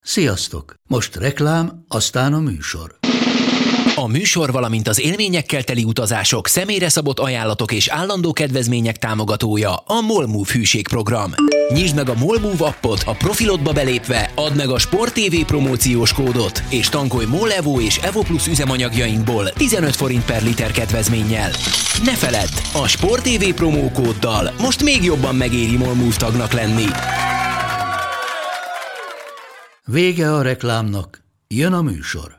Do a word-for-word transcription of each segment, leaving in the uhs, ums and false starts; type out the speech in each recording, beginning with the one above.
Sziasztok! Most reklám, aztán a műsor. A műsor, valamint az élményekkel teli utazások, személyre szabott ajánlatok és állandó kedvezmények támogatója a MOLMOVE hűségprogram. Nyisd meg a MOLMOVE appot, a profilodba belépve add meg a Sport té vé promóciós kódot, és tankolj MOL Evo és Evo Plus üzemanyagjainkból tizenöt forint per liter kedvezménnyel. Ne feledd, a Sport té vé promókóddal most még jobban megéri MOLMOVE tagnak lenni. Vége a reklámnak, jön a műsor.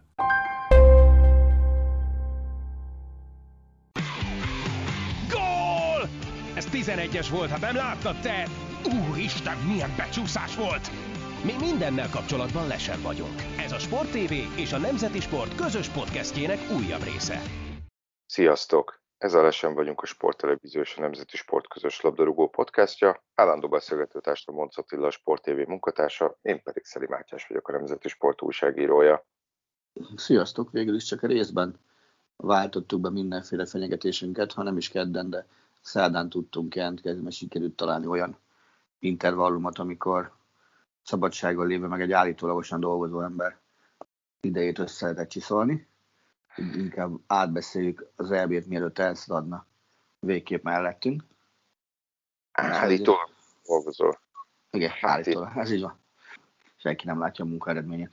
Gól! Ez tizenegyes volt, ha nem láttad te! Úristen, milyen becsúszás volt! Mi mindennel kapcsolatban lesen vagyunk. Ez a Sport té vé és a Nemzeti Sport közös podcastjének újabb része. Sziasztok! Ez a Lesen vagyunk, a Sporttelevízió és a Nemzeti Sport közös labdarúgó podcastja. Állandó beszélgetőtársam Monc Attila, a Sport té vé munkatársa, én pedig Szeli Mátyás vagyok, a Nemzeti Sport újságírója. Sziasztok! Végül is csak a részben váltottuk be mindenféle fenyegetésünket, ha nem is kedden, de szerdán tudtunk jelentkezni, mert sikerült találni olyan intervallumot, amikor szabadságon lévő, meg egy állítólagosan dolgozó ember idejét össze lehetett csiszolni. Inkább átbeszéljük az é bét, mielőtt elszaladna végképp mellettünk. Állítólag dolgozol. Igen, állítólag, ez így van. Senki nem látja a munka eredményét.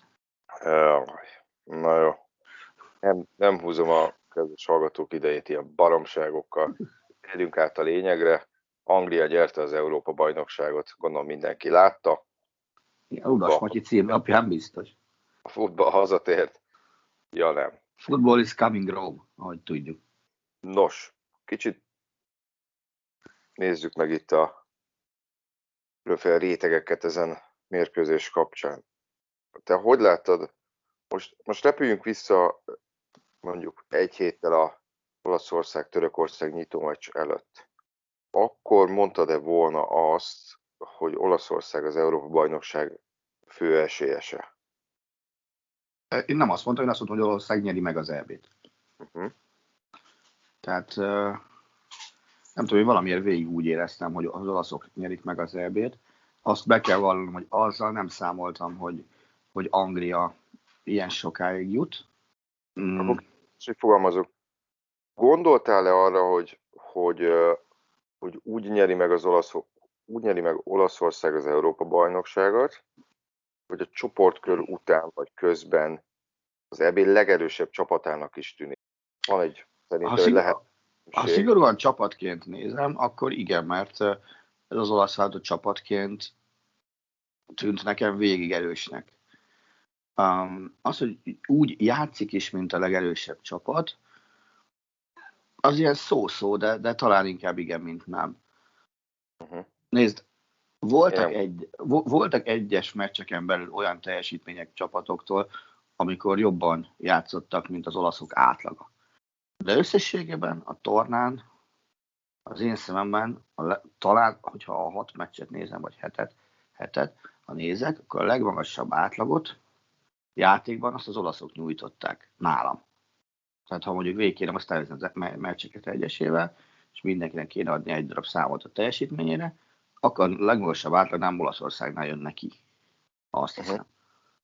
Na jó. Nem, nem húzom a kedves hallgatók idejét ilyen baromságokkal. Térjünk át a lényegre. Anglia nyerte az Európa-bajnokságot, gondolom mindenki látta. Igen, Udas Matyi cím napján biztos. A futball hazatért. Ja nem. Football is coming home, ahogy tudjuk. Nos, kicsit nézzük meg itt a különféle rétegeket ezen mérkőzés kapcsán. Te hogy láttad? Most, most repüljünk vissza mondjuk egy héttel a Olaszország-Törökország nyitómeccs előtt. Akkor mondtad-e volna azt, hogy Olaszország az Európa-bajnokság fő esélyese? Én nem azt mondtam, én azt mondtam, hogy Olaszország nyeri meg az é bét. Uh-huh. Tehát nem tudom, hogy valamiért végig úgy éreztem, hogy az olaszok nyerik meg az é bét. Azt be kell vallanom, hogy azzal nem számoltam, hogy, hogy Anglia ilyen sokáig jut. Mm. Akkor így fogalmazok. Gondoltál-e arra, hogy, hogy, hogy úgy nyeri meg az olaszok, úgy nyeri meg Olaszország az Európa-bajnokságot, hogy a csoportkör után vagy közben az é bé legerősebb csapatának is tűnik? Van egy szerintem, hogy lehet. Ha szigorúan csapatként nézem, akkor igen, mert ez az olasz válogatott csapatként tűnt nekem végig erősnek. Um, az, hogy úgy játszik is, mint a legerősebb csapat, az ilyen szó-szó, de, de talán inkább igen, mint nem. Uh-huh. Nézd, voltak, egy, voltak egyes meccseken belül olyan teljesítmények csapatoktól, amikor jobban játszottak, mint az olaszok átlaga. De összességében a tornán, az én szememben, a le, talán, hogyha a hat meccset nézem, vagy hetet, hetet, ha nézek, akkor a legmagasabb átlagot játékban azt az olaszok nyújtották nálam. Tehát ha mondjuk végig kéne azt elvezni a meccseket egyesével, és mindenkinek kéne adni egy darab számot a teljesítményére, akkor a legmagasabb átlag nem Olaszországnál jön neki. Azt hiszem. Uh-huh.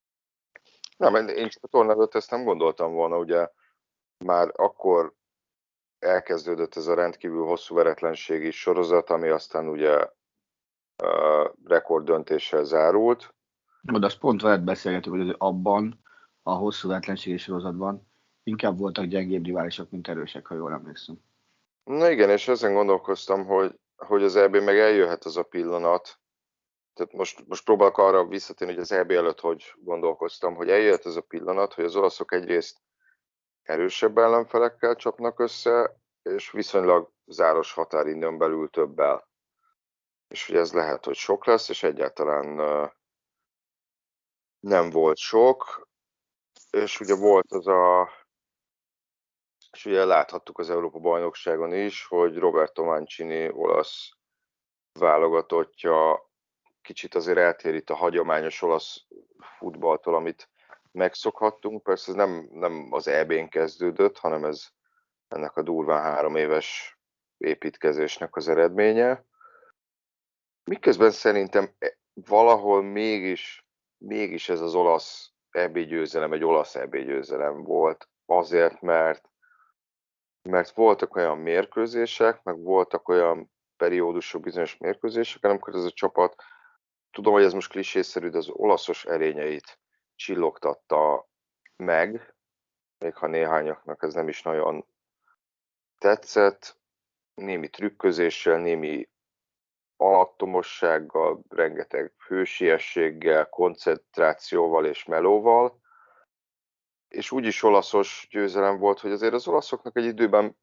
Nem, én csak a torna előtt ezt nem gondoltam volna, ugye már akkor elkezdődött ez a rendkívül hosszú veretlenségi sorozat, ami aztán ugye uh, rekorddöntéssel zárult. De azt pont veled beszélgetünk, hogy abban a hosszú veretlenségi sorozatban inkább voltak gyengébb riválisok, mint erősek, ha jól emlékszem. Na igen, és ezen gondolkoztam, hogy, hogy az é bé meg eljöhet az a pillanat. Tehát most, most próbálok arra visszatérni, hogy az é bé előtt hogy gondolkoztam, hogy eljöhet az a pillanat, hogy az olaszok egyrészt erősebb ellenfelekkel csapnak össze, és viszonylag záros határidőn belül többel. És hogy ez lehet, hogy sok lesz, és egyáltalán uh, nem volt sok. És ugye volt az a... És ugye láthattuk az Európa-bajnokságon is, hogy Roberto Mancini olasz válogatottja kicsit azért eltér itt a hagyományos olasz futballtól, amit megszokhattunk. Persze ez nem, nem az é bén kezdődött, hanem ez ennek a durván három éves építkezésnek az eredménye. Miközben szerintem valahol mégis mégis ez az olasz é bé győzelem egy olasz é bé győzelem volt, azért, mert, mert voltak olyan mérkőzések, meg voltak olyan periódusok, bizonyos mérkőzések, amikor ez a csapat, tudom, hogy ez most klisészerű, de az olaszos erényeit csillogtatta meg, még ha néhányaknak ez nem is nagyon tetszett, némi trükközéssel, némi alattomossággal, rengeteg hősiességgel, koncentrációval és melóval, és úgyis olaszos győzelem volt, hogy azért az olaszoknak egy időben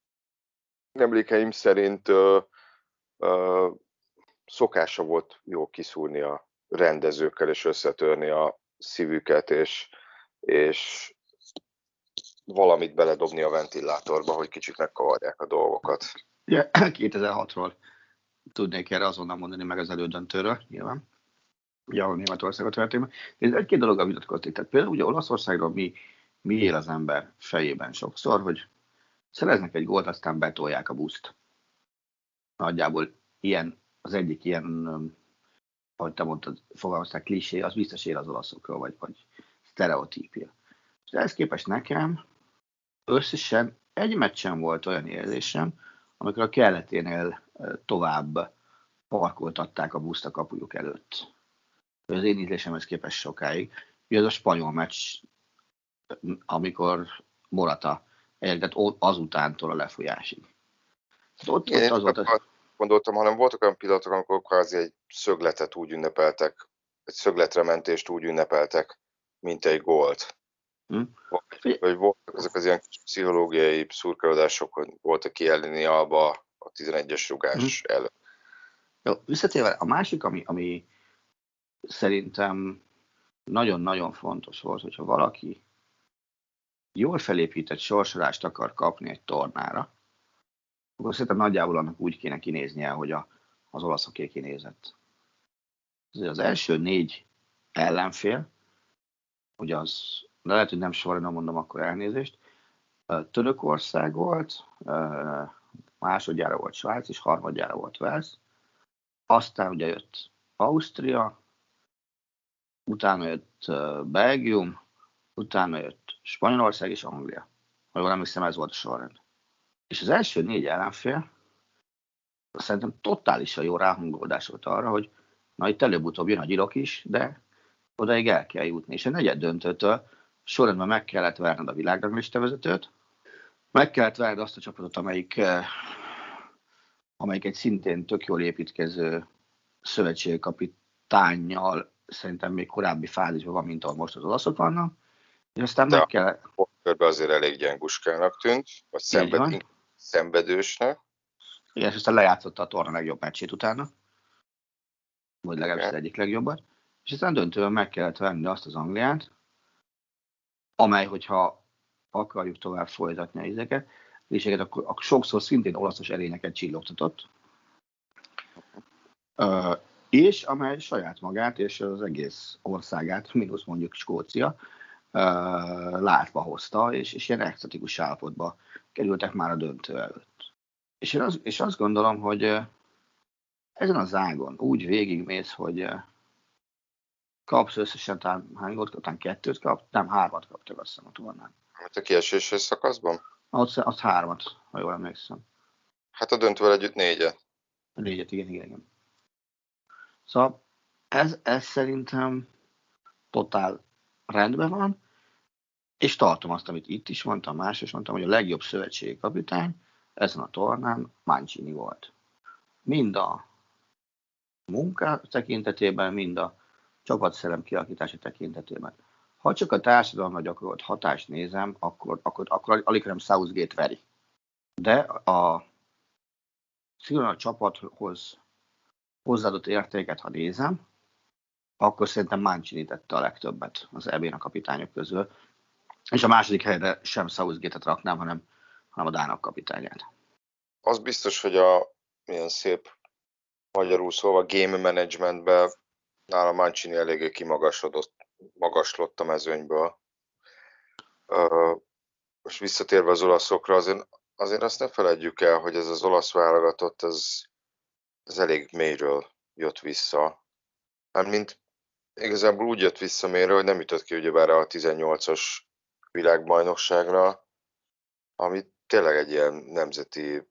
emlékeim szerint ö, ö, szokása volt jól kiszúrni a rendezőkkel, és összetörni a szívüket, és, és valamit beledobni a ventilátorba, hogy kicsit megkavarják a dolgokat. Ja, kétezer-hatról tudnék erre azonnal mondani, meg az elődöntőről, nyilván. Ugye, ahol Németországot verték meg. Ez egy-két dologgal vitatkozték. Tehát például ugye Olaszországról mi, mi él az ember fejében sokszor, hogy szereznek egy gólt, aztán betolják a buszt. Nagyjából ilyen, az egyik ilyen, ahogy te mondtad, fogalmazták klisé, az biztos él az olaszokról, vagy, vagy sztereotípia. És ehhez képest nekem összesen egy meccsen volt olyan érzésem, amikor a kelleténél tovább parkoltatták a buszt a kapujuk előtt. Az én ízlésemhez képest sokáig. Ugye ez a spanyol meccs, amikor Morata elérkezett azutántól a lefolyásig. Ott, Én ott az volt a... gondoltam, hanem voltak olyan pillanatok, amikor kvázi egy szögletet úgy ünnepeltek, egy szögletrementést úgy ünnepeltek, mint egy gólt. Hm? Vagy, vagy voltak ezek az ilyen pszichológiai szurkolódások, hogy voltak kijelni Alba a tizenegyes rugás hm. előtt. Jó, visszatérve, a másik, ami, ami szerintem nagyon-nagyon fontos volt, hogyha valaki jól felépített sorsolást akar kapni egy tornára, akkor szerintem nagyjából annak úgy kéne kinéznie, hogy a, az olaszoké kinézett. Az első négy ellenfél, hogy az, de lehet, hogy nem sorra mondom, akkor elnézést, Törökország volt, másodjára volt Svájc, és harmadjára volt Wales. Aztán ugye jött Ausztria, utána jött Belgium, utána jött Spanyolország és Anglia. Ha jól emlékszem, ez volt a sorrend. És az első négy ellenfél szerintem totálisan jó ráhangolódás volt arra, hogy na itt előbb-utóbb jön a gyilok is, de odaig el kell jutni. És a negyed döntőtől sorrendben meg kellett verned a világranglista vezetőt, meg kellett verned azt a csapatot, amelyik, amelyik egy szintén tök jól építkező szövetségkapitánnyal szerintem még korábbi fázisban van, mint ahol most az olaszok vannak. És aztán de meg kell... a körben azért elég gyenguskának tűnt, vagy szenved... szenvedősnek. Igen, és aztán lejátszotta a torna legjobb meccsét utána. Vagy legalábbis az egyik legjobbat. És aztán döntően meg kellett venni azt az Angliát, amely, hogyha akarjuk tovább folytatni a izeket, és akkor, akkor sokszor szintén olaszos erényeket csillogtatott. Uh, és amely saját magát és az egész országát, mínusz mondjuk Skócia, uh, látva hozta, és, és ilyen exotikus állapotba kerültek már a döntő előtt. És, én az, és azt gondolom, hogy uh, ezen a zágon úgy végigmész, hogy uh, kapsz összesen, talán hány gólt kaptál? Kettőt kap? Nem, hármat kaptak, azt hiszem, a tornán. Hát a kieséses szakaszban? Az, az hármat, ha jól emlékszem. Hát a döntővel együtt négyet. Négyet, igen, igen, igen. Szóval ez, ez szerintem totál rendben van, és tartom azt, amit itt is mondtam, más is mondtam, hogy a legjobb szövetségi kapitány ezen a tornán Mancini volt. Mind a munka tekintetében, mind a csapatszellem kialakítása tekintetében. Ha csak a társadalomra gyakorolt hatást nézem, akkor, akkor, akkor alig nem Southgate veri. De a szigorúan a csapathoz hozzáadott értéket, ha nézem, akkor szerintem Mancini tette a legtöbbet az é bén a kapitányok közül. És a második helyre sem Southgate-et raknám, hanem, hanem a dánok kapitányát. Az biztos, hogy a milyen szép magyarul szólva game managementben nála Mancini eléggé kimagasodott, magaslott a mezőnyből. Uh, most visszatérve az olaszokra, azért, azért azt ne feledjük el, hogy ez az olasz válogatott, ez, ez elég mélyről jött vissza. Hát mint igazából úgy jött vissza Mérre, hogy nem jutott ki ugyebár a tizennyolcas világbajnokságra, ami tényleg egy ilyen nemzeti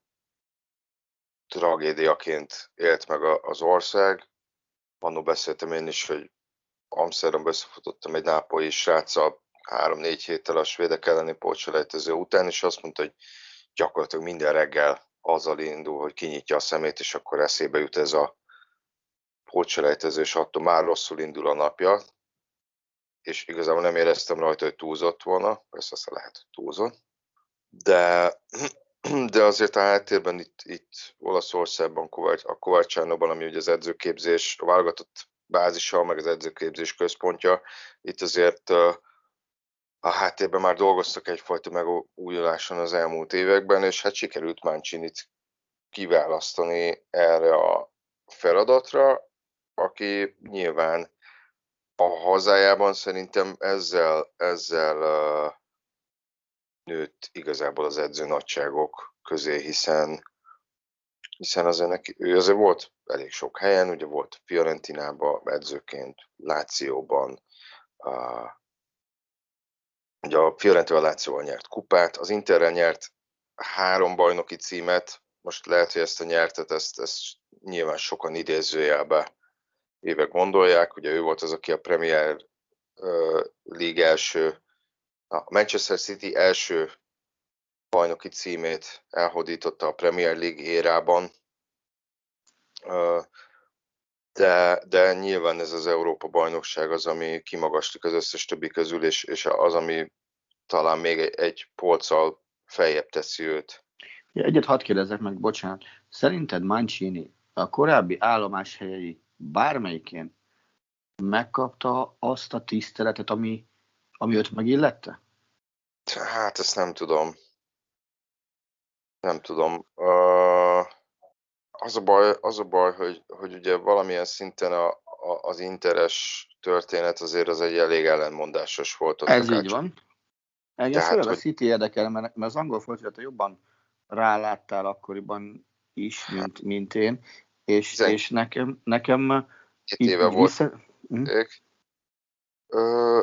tragédiaként élt meg az ország. Annól beszéltem én is, hogy Amsterdamban összefutottam egy nápolyi sráccal három-négy héttel a svédek elleni pótselejtező után, és azt mondta, hogy gyakorlatilag minden reggel azzal indul, hogy kinyitja a szemét, és akkor eszébe jut ez a pótselejtező, és attól már rosszul indul a napja, és igazából nem éreztem rajta, hogy túlzott volna, persze aztán lehet, hogy túlzott, de, de azért a háttérben itt, itt Olaszországban, a Covercianóban, ami ugye az edzőképzés, a válogatott bázisa, meg az edzőképzés központja, itt azért a háttérben már dolgoztak egyfajta megújuláson az elmúlt években, és hát sikerült Mancinit kiválasztani erre a feladatra, aki nyilván a hazájában szerintem ezzel, ezzel uh, nőtt igazából az edző nagyságok közé, hiszen, hiszen azért neki, ő azért volt elég sok helyen, ugye volt Fiorentinában edzőként, Lációban, uh, ugye a Fiorentina Lációval nyert kupát, az Interrel nyert három bajnoki címet, most lehet, hogy ezt a nyertet, ezt, ezt nyilván sokan idézőjelbe éve gondolják, ugye ő volt az, aki a Premier uh, League első, a Manchester City első bajnoki címét elhódította a Premier League érában, uh, de, de nyilván ez az Európa-bajnokság az, ami kimagaslik az összes többi közül, és, és az, ami talán még egy, egy polccal feljebb teszi őt. Ja, egyet hadd kérdezzek meg, bocsánat. Szerinted Mancini a korábbi állomáshelyei bármelyikén megkapta azt a tiszteletet, ami, ami őt megillette? Hát ezt nem tudom. Nem tudom. Uh, az a baj, az a baj hogy, hogy ugye valamilyen szinten a, a, az Interes történet azért az egy elég ellenmondásos volt. Ez így van. Engem főleg hogy... a City érdekel, mert, mert az angol focilatra jobban ráláttál akkoriban is, mint, mint én, és, Zen... és nekem, nekem Két éve volt. Vissza... Hm? Ö...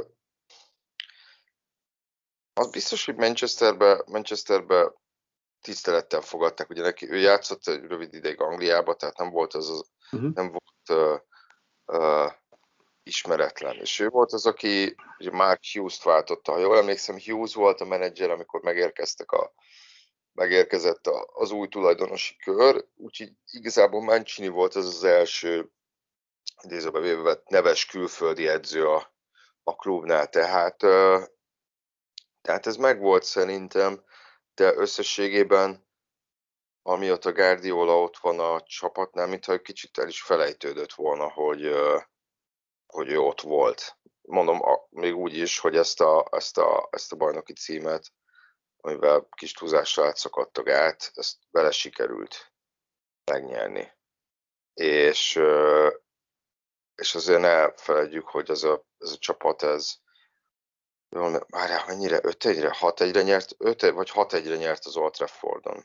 Az biztos, hogy Manchesterbe, Manchesterbe tisztelettel fogadták, ugye neki, ő játszott egy rövid ideig Angliába, tehát nem volt az, az uh-huh. nem volt uh, uh, ismeretlen. És ő volt az, aki ugye Mark Hughes-t váltotta. Ha jól emlékszem, Hughes volt a menedzser, amikor megérkeztek a, megérkezett a, az új tulajdonosi kör, úgyhogy igazából Mancini volt az az első idézőben véve neves külföldi edző a, a klubnál. Tehát, uh, tehát ez megvolt szerintem, de összességében amióta Guardiola ott van a csapatnál, mintha egy kicsit el is felejtődött volna, hogy, hogy ő ott volt. Mondom, még úgy is, hogy ezt a, ezt a, ezt a bajnoki címet, amivel kis túlzásra átszakadtak át, ezt vele sikerült megnyerni. És, és azért ne feledjük, hogy ez a, ez a csapat, ez várjál, mennyire? öt egyre, hat egyre nyert? öt vagy hat egyre nyert az Old Traffordon.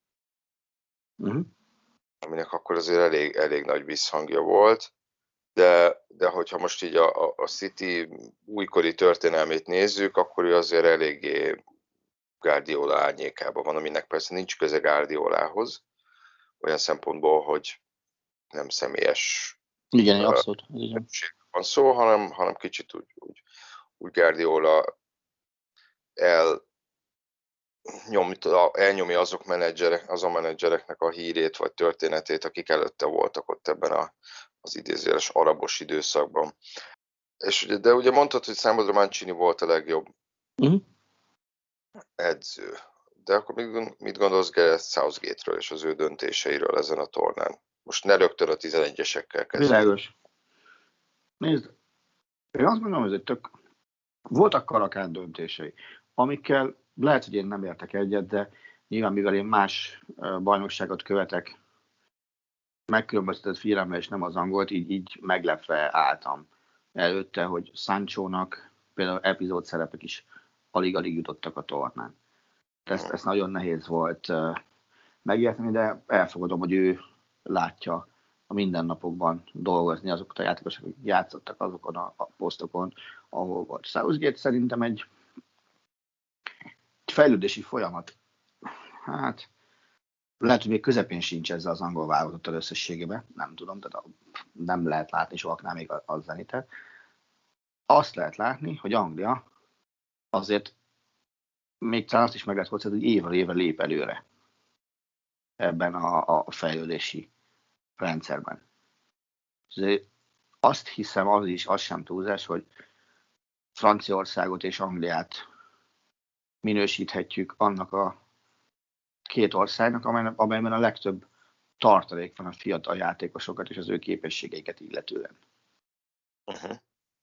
Uh-huh. Aminek akkor azért elég, elég nagy visszhangja volt, de, de hogyha most így a, a, a City újkori történelmét nézzük, akkor ő azért eléggé Guardiola árnyékában van, aminek persze nincs köze Guardiolához, olyan szempontból, hogy nem személyes igen, uh, abszolút van szó, hanem, hanem kicsit úgy, úgy, úgy Guardiola el Nyomta, elnyomja azok menedzserek, azon menedzsereknek a hírét vagy történetét, akik előtte voltak ott ebben a, az idézőjeles arabos időszakban. És ugye, de ugye mondtad, hogy számodra Mancini volt a legjobb uh-huh. edző. De akkor mit, mit gondolsz Gareth Southgate-ről és az ő döntéseiről ezen a tornán? Most ne rögtön a tizenegyesekkel kezdjük. Világos. Nézd, én azt mondom, hogy tök... voltak karakán döntései, amikkel lehet, hogy én nem értek egyet, de nyilván mivel én más bajnokságot követek, megkülönböztetett filmre és nem az angolt, így, így meglepve álltam előtte, hogy Sanchónak például epizód szerepek is alig-alig jutottak a tornán. Ezt, ezt nagyon nehéz volt megérteni, de elfogadom, hogy ő látja a mindennapokban dolgozni azokat a játékosok, akik játszottak azokon a, a posztokon, ahol volt. Southgate szerintem egy, egy fejlődési folyamat. Hát lehet, hogy még közepén sincs ezzel az angol válogatottal összességében, nem tudom, tehát nem lehet látni sokaknál még az Zenitet. Azt lehet látni, hogy Anglia azért még talán azt is meg lehet hozzá, hogy évről évre lép előre ebben a, a fejlődési rendszerben. Azért azt hiszem, az is, az sem túlzás, hogy Franciaországot és Angliát minősíthetjük annak a két országnak, amelyben a legtöbb tartalék van a fiatal játékosokat és az ő képességeiket illetően. Uh-huh.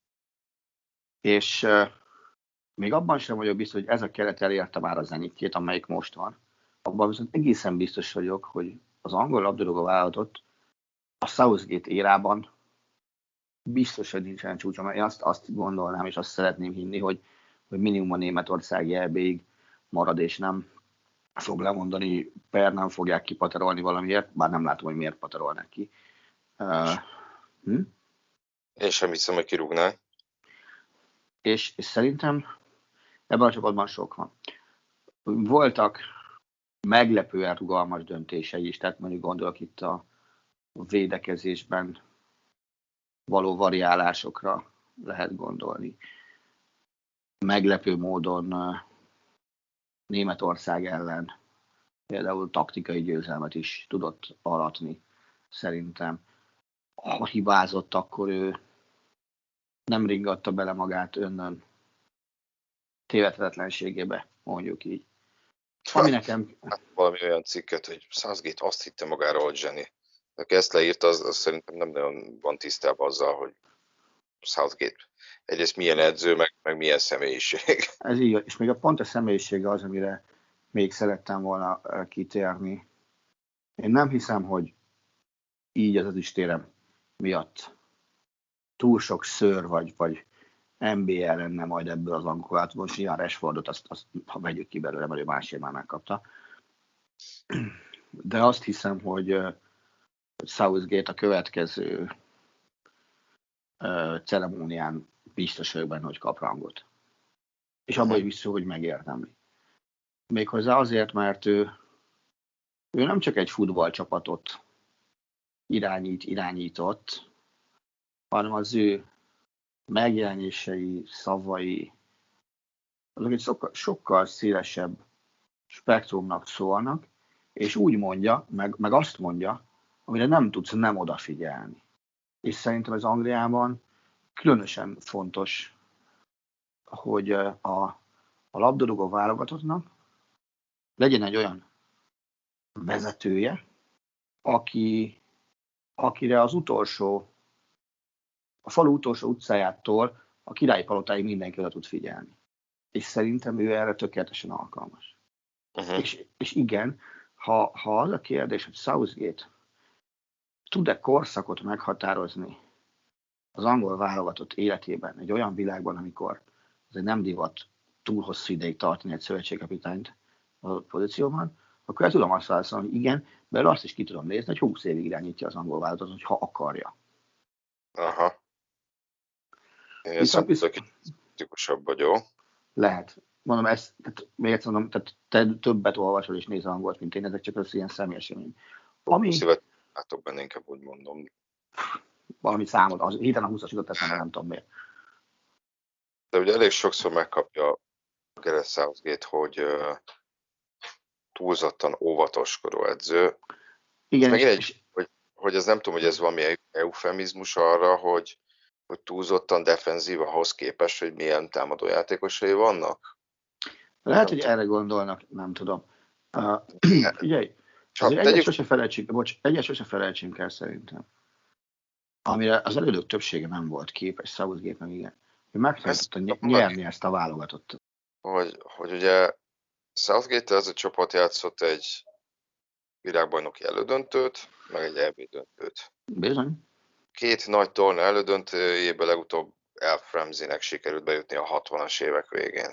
És uh, még abban sem vagyok biztos, hogy ez a keret elérte már a zenitjét, amelyik most van. Abban viszont egészen biztos vagyok, hogy az angol labdarúgó vállalatot a Southgate érában biztos, hogy nincsen csúcson. Én azt, azt gondolnám, és azt szeretném hinni, hogy, hogy minimum a németországi é bé-ig marad, és nem fog lemondani, per nem fogják kipaterolni valamiért, bár nem látom, hogy miért paterolnak ki. Uh, hm? Én sem hiszem, hogy kirúgnák. És, és szerintem ebben a csapatban sok van. Voltak meglepően rugalmas döntései is, tehát mondjuk gondolok itt a védekezésben való variálásokra lehet gondolni. Meglepő módon Németország ellen például taktikai győzelmet is tudott aratni, szerintem. Ha hibázott, akkor ő nem ringatta bele magát önnön tévedhetetlenségébe, mondjuk így. Ami nekem... Hát valami olyan cikket, hogy Southgate azt hitte magáról, hogy zseni. Aki ezt leírta, az, az szerintem nem nagyon van tisztában azzal, hogy Southgate egyrészt milyen edző, meg, meg milyen személyiség. Ez így, és még a pont a személyisége az, amire még szerettem volna kitérni. Én nem hiszem, hogy így az ezüstérem miatt túl sok szőr vagy, vagy en bé á lenne majd ebből az angol. Most nyilván Rashfordot, azt, azt, ha vegyük ki belőle, mert ő másért már megkapta. De azt hiszem, hogy, hogy Southgate a következő uh, ceremónián biztos vagyok benne, hogy kap rangot. És abban is biztos, hogy megérdemli. Méghozzá azért, mert ő, ő nem csak egy futballcsapatot irányít, irányított, hanem az ő megjelenései, szavai, azok egy sokkal, sokkal szélesebb spektrumnak szólnak, és úgy mondja, meg, meg azt mondja, amire nem tudsz nem odafigyelni. És szerintem az Angliában különösen fontos, hogy a, a labdarúgó válogatottnak legyen egy olyan vezetője, aki, akire az utolsó, a falu utolsó utcájától a Királyi Palotáig mindenki oda tud figyelni. És szerintem ő erre tökéletesen alkalmas. Uh-huh. És, és igen, ha, ha az a kérdés, hogy Southgate tud-e korszakot meghatározni az angol válogatott életében, egy olyan világban, amikor azért nem divat túl hosszú ideig tartani egy szövetségkapitányt a pozícióban, akkor el tudom azt válaszolni, hogy igen, belőle azt is ki tudom nézni, hogy húsz évig irányítja az angol válogatot, ha akarja. Aha. Én szakítikusabb vagyok. Lehet. Mondom, ezt, tehát, még egyszer mondom, tehát te többet olvasol és nézel angolt, mint én, ezek csak az ilyen személyes élmény. Ami... Szívet látok benne, inkább úgy mondom. Valami számot, az héten a húszas jutott eszembe, nem tudom miért. De ugye elég sokszor megkapja Gareth Southgate, hogy uh, túlzottan óvatoskodó edző. Igen, és, és, egy, hogy, hogy ez nem tudom, hogy ez valami eufemizmus arra, hogy, hogy túlzottan defenzív ahhoz képest, hogy milyen támadójátékosai vannak? Lehet, nem hogy tudom. Erre gondolnak, nem tudom. Uh, figyelj, Csak egyet tegyük... sose felejtsünk, bocs, egyet sose felejtsünk el szerintem. Amire az elődők többsége nem volt képes, Southgate meg igen. Hogy megtanulta nyerni ezt a válogatottat. Hogy, hogy ugye Southgate ez a csapat játszott egy világbajnoki elődöntőt, meg egy é bé döntőt. Bizony. Két nagy torna elődöntőjében legutóbb Alf Ramsey-nek sikerült bejutni a hatvanas évek végén.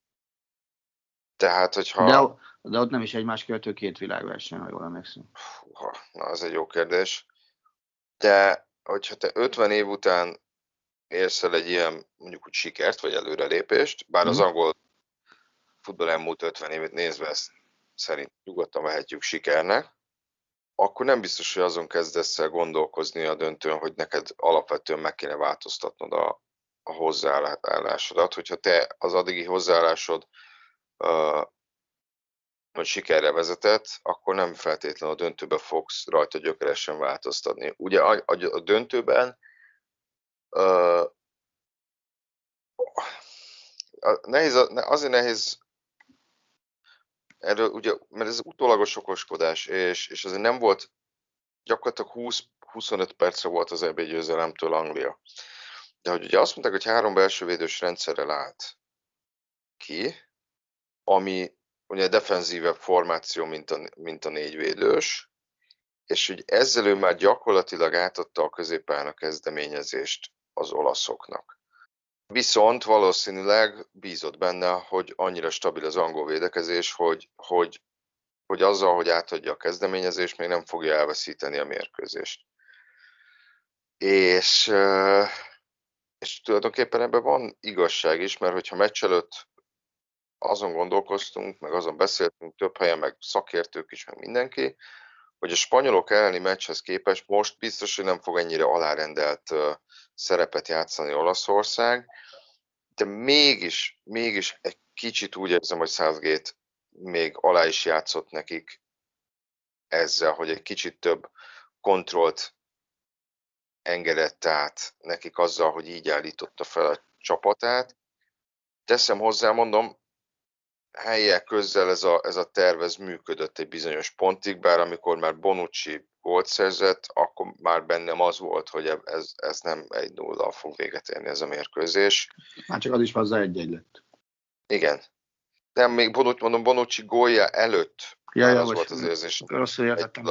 Tehát, hogyha... De, de ott nem is egymás követő két világverseny, ha jól emlékszem. Húha, na, ez egy jó kérdés. de hogyha te ötven év után érsz el egy ilyen, mondjuk úgy sikert, vagy előrelépést, bár az angol futball elmúlt ötven évet nézve ezt szerint nyugodtan vehetjük sikernek, akkor nem biztos, hogy azon kezdesz el gondolkozni a döntőn, hogy neked alapvetően meg kéne változtatnod a, a hozzáállásodat. Hogyha te az addigi hozzáállásod uh, hogy sikerre vezetett, akkor nem feltétlenül a döntőben fogsz rajta gyökeresen változtatni. Ugye a, a, a döntőben uh, a, nehéz, azért nehéz erről, ugye, mert ez utólagos okoskodás, és, és azért nem volt, gyakorlatilag húsz-huszonöt percre volt az é bé győzelemtől Anglia. De hogy ugye azt mondták, hogy három belső védős rendszerrel állt ki, ami ugye defenzívebb formáció, mint a, mint a négy védős, és hogy ezzel ő már gyakorlatilag átadta a középpályán a kezdeményezést az olaszoknak. Viszont valószínűleg bízott benne, hogy annyira stabil az angol védekezés, hogy, hogy, hogy azzal, hogy átadja a kezdeményezést, még nem fogja elveszíteni a mérkőzést. És, és tulajdonképpen ebben van igazság is, mert hogyha meccs előtt azon gondolkoztunk, meg azon beszéltünk több helyen, meg szakértők is, meg mindenki, hogy a spanyolok elleni meccshez képest most biztos, hogy nem fog ennyire alárendelt szerepet játszani Olaszország, de mégis, mégis egy kicsit úgy érzem, hogy Southgate még alá is játszott nekik ezzel, hogy egy kicsit több kontrollt engedett át nekik azzal, hogy így állította fel a csapatát. Teszem hozzá, mondom, helyek közzel ez a, ez a terv ez működött egy bizonyos pontig, bár amikor már Bonucci gólt szerzett, akkor már bennem az volt, hogy ez, ez nem egy nullal fog véget érni ez a mérkőzés. Már csak az is hozzá egy-egy lett. Igen. Nem, még Bonucci, mondom, Bonucci gólja előtt ja, már ja, az volt az érzés. Rosszul értettem.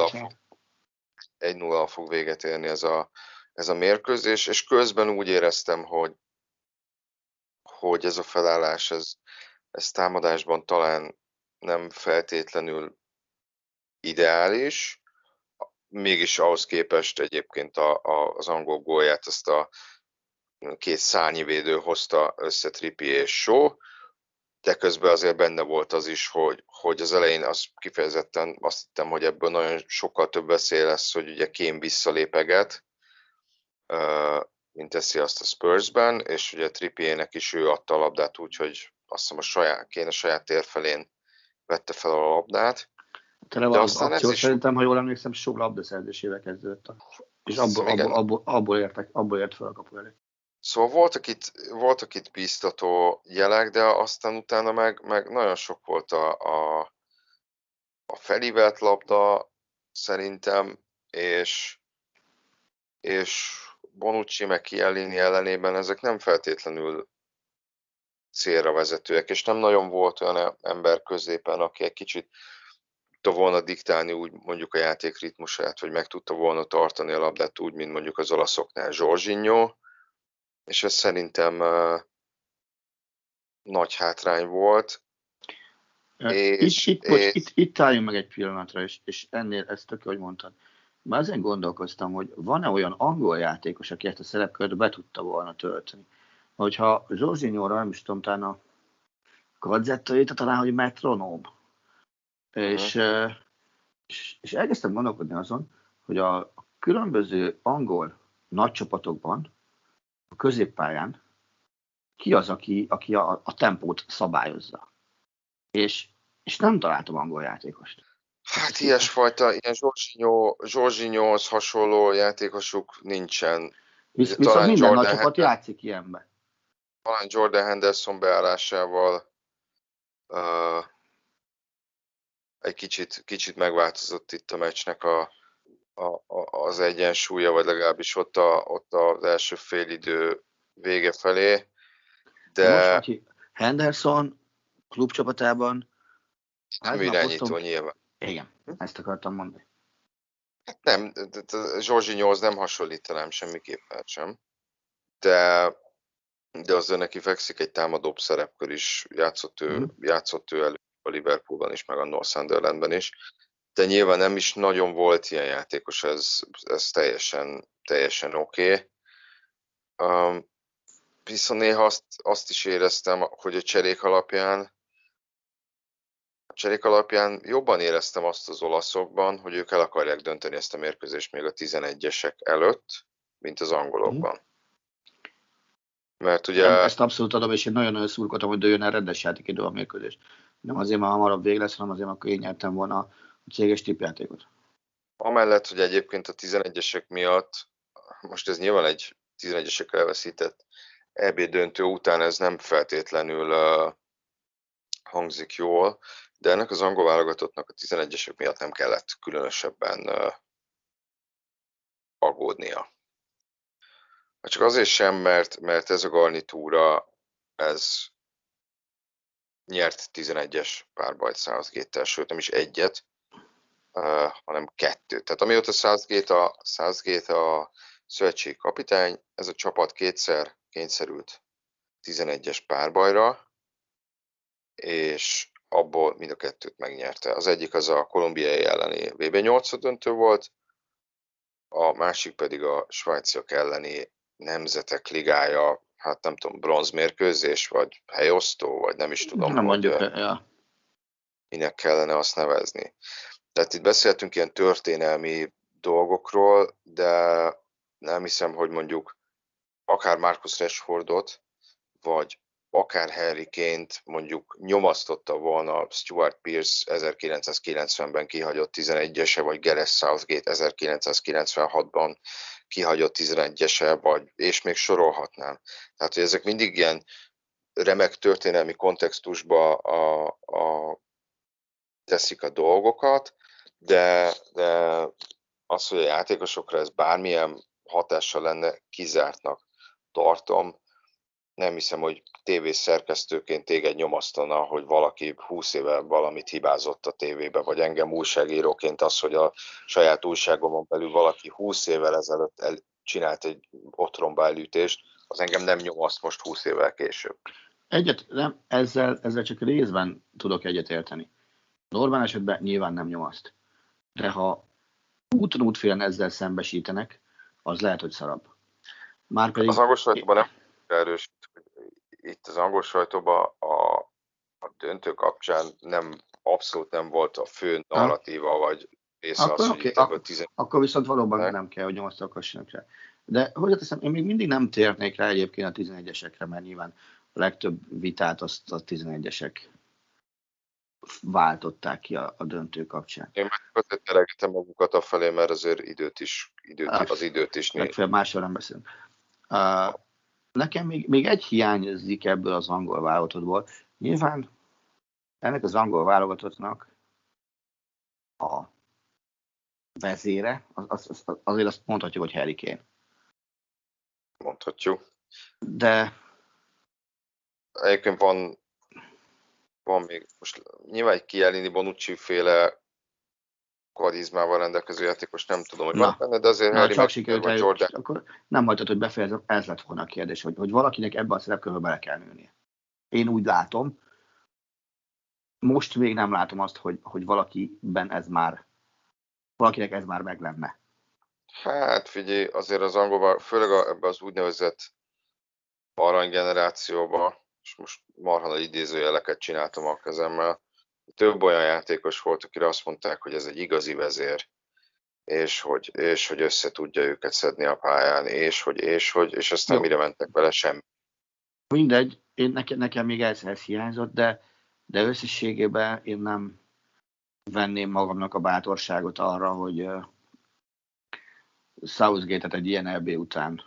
Egy nullal fog véget érni ez a, ez a mérkőzés, és közben úgy éreztem, hogy, hogy ez a felállás, ez, ez támadásban talán nem feltétlenül ideális, mégis ahhoz képest egyébként a, a, az angol gólját ezt a két szárnyi védő hozta össze Trippier és Shaw, de közben azért benne volt az is, hogy, hogy az elején az kifejezetten azt hittem, hogy ebből nagyon sokkal több veszély lesz, hogy ugye Kane visszalépeget, mint teszi azt a Spursben, és ugye Trippiernek is ő adta a labdát úgy, hogy azt hiszem a saját, Kane a saját tér felén vette fel a labdát. De aztán akció, ez is... Szerintem, ha jól emlékszem, sok labdaszerzésével kezdődött. És abból, abból, abból, abból, értek, abból ért fel a kapu elé. Szóval voltak itt, voltak itt bíztató jelek, de aztán utána meg, meg nagyon sok volt a, a, a felívelt labda szerintem, és, és Bonucci meg Chiellini ellenében ezek nem feltétlenül célra vezetőek, és nem nagyon volt olyan ember középen, aki egy kicsit tudta volna diktálni úgy mondjuk a játék ritmusát, vagy meg tudta volna tartani a labdát úgy, mint mondjuk az olaszoknál Jorginho, és ez szerintem uh, nagy hátrány volt. És, itt, itt, és... Bocs, itt, itt álljunk meg egy pillanatra, és, és ennél ezt tök, hogy mondtad. Már ezen gondolkoztam, hogy van-e olyan angol játékos, aki ezt a szerepkört be tudta volna tölteni. Hogyha Jorginho-ra nem is tudom, talán a Gazetta írta talán, hogy metronóm. Uh-huh. És, és, és elkezdtem gondolkodni azon, hogy a különböző angol nagy csapatokban, a középpályán ki az, aki, aki a, a tempót szabályozza. És, és nem találtam angol játékost. Hát ilyesfajta, ilyen Jorginho, Jorginhohoz hasonló játékosuk nincsen. Visz, viszont minden Jordan nagy csapat játszik ilyenbe. Talán Jordan Henderson beállásával uh, egy kicsit, kicsit megváltozott itt a meccsnek a, a, a, az egyensúlya, vagy legalábbis ott, a, ott az első félidő vége felé. De most, Henderson klubcsapatában nem irányító nyilván. Igen, ezt akartam mondani. Hát nem, Jorginhohoz nem hasonlítanám semmiképpen sem, de, de azért neki fekszik egy támadóbb szerepkör is, játszott ő, mm. játszott ő elő a Liverpoolban is, meg a North Sunderlandben is, de nyilván nem is nagyon volt ilyen játékos, ez, ez teljesen, teljesen oké. Okay. Um, viszont néha azt, azt is éreztem, hogy a cserék alapján a cserék alapján jobban éreztem azt az olaszokban, hogy ők el akarják dönteni ezt a mérkőzést még a tizenegyesek előtt, mint az angolokban. Mert ugye... Ezt abszolút adom, és én nagyon-nagyon szurkoltam, hogy dőljön el rendes játékidő a mérkőzés. Nem azért, mert hamarabb vég lesz, hanem azért, akkor én nyertem volna a céges tippjátékot. Amellett, hogy egyébként a tizenegyesek miatt, most ez nyilván egy tizenegyesek elveszített é bé döntő után ez nem feltétlenül uh, hangzik jól, de ennek az angol válogatottnak a tizenegyesek miatt nem kellett különösebben uh, aggódnia. Csak azért sem, mert, mert ez a garnitúra, ez nyert tizenegyes párbajt Southgate-tel, sőt nem is egyet, uh, hanem kettőt. Tehát amióta Southgate a, Southgate a szövetségi kapitány, ez a csapat kétszer kényszerült tizenegyes párbajra, és abból mind a kettőt megnyerte. Az egyik az a kolumbiai elleni vé bé nyolcad döntő volt, a másik pedig a svájciak elleni Nemzetek Ligája, hát nem tudom, bronzmérkőzés, vagy helyosztó, vagy nem is tudom, nem mondjuk, hogy ja. minek kellene azt nevezni. Tehát itt beszéltünk ilyen történelmi dolgokról, de nem hiszem, hogy mondjuk akár Marcus Rashfordot, vagy akár Harry Kane-t mondjuk nyomasztotta volna Stuart Pearce ezerkilencszázkilencvenben kihagyott tizenegyese, vagy Gareth Southgate ezerkilencszázkilencvenhatban kihagyott tizenegyese, vagy, és még sorolhatnám. Tehát, hogy ezek mindig ilyen remek történelmi kontextusba a, a, teszik a dolgokat, de, de az, hogy a játékosokra ez bármilyen hatással lenne, kizártnak tartom. Nem hiszem, hogy tévés szerkesztőként téged nyomasztana, hogy valaki húsz éve valamit hibázott a tévébe, vagy engem újságíróként az, hogy a saját újságomon belül valaki húsz évvel ezelőtt el, csinált egy otromba elütést, az engem nem nyomaszt most húsz évvel később. Egyet, nem, ezzel, ezzel csak részben tudok egyet érteni. Normál esetben nyilván nem nyomaszt. De ha úton útfélen ezzel szembesítenek, az lehet, hogy szarabb. Márpedig... Az angol sajtóban nem erősít, hogy itt az angol sajtóban a, a döntő kapcsán nem, abszolút nem volt a fő narratíva, vagy része akkor, az, okay, hogy akkor, tizen... akkor viszont valóban ne? nem kell, hogy nyomasztalkassanak rá. De hozzáteszem, én még mindig nem térnék rá egyébként a tizenegyesekre, mert nyilván a legtöbb vitát azt a tizenegyesek váltották ki a, a döntő kapcsán. Én meg azért teregetem magukat afelé, mert azért időt is, időt, az időt is néz. Legfeljebb máshol nem beszélünk. Uh, nekem még, még egy hiányzik ebből az angol válogatottból. Nyilván ennek az angol válogatottnak a vezére, az, az, az, azért azt mondhatjuk, hogy Harry Kane. Mondhatjuk. De egyébként van, van még, most nyilván egy Chiellini Bonucci féle karizmával rendelkező játékos, nem tudom, hogy van benne, de azért na, Harry csak Maguire vagy Jordan. Akkor nem hagytad, hogy befejezem, ez lett volna a kérdés, hogy, hogy valakinek ebben a szerepkörbe bele kell nőnie. Én úgy látom, most még nem látom azt, hogy, hogy valakiben ez már, valakinek ez már meg lenne. Hát figyelj, azért az angolban, főleg ebben az úgynevezett aranygenerációban, és most marha nagy idézőjeleket csináltam a kezemmel, több olyan játékos volt, akire azt mondták, hogy ez egy igazi vezér, és hogy, és hogy össze tudja őket szedni a pályán, és hogy, és hogy, és aztán jó. Mire mentek vele, semmi. Mindegy, én nekem, nekem még ez, ez hiányzott, de, de összességében én nem venném magamnak a bátorságot arra, hogy uh, Southgate-et egy ilyen é bé után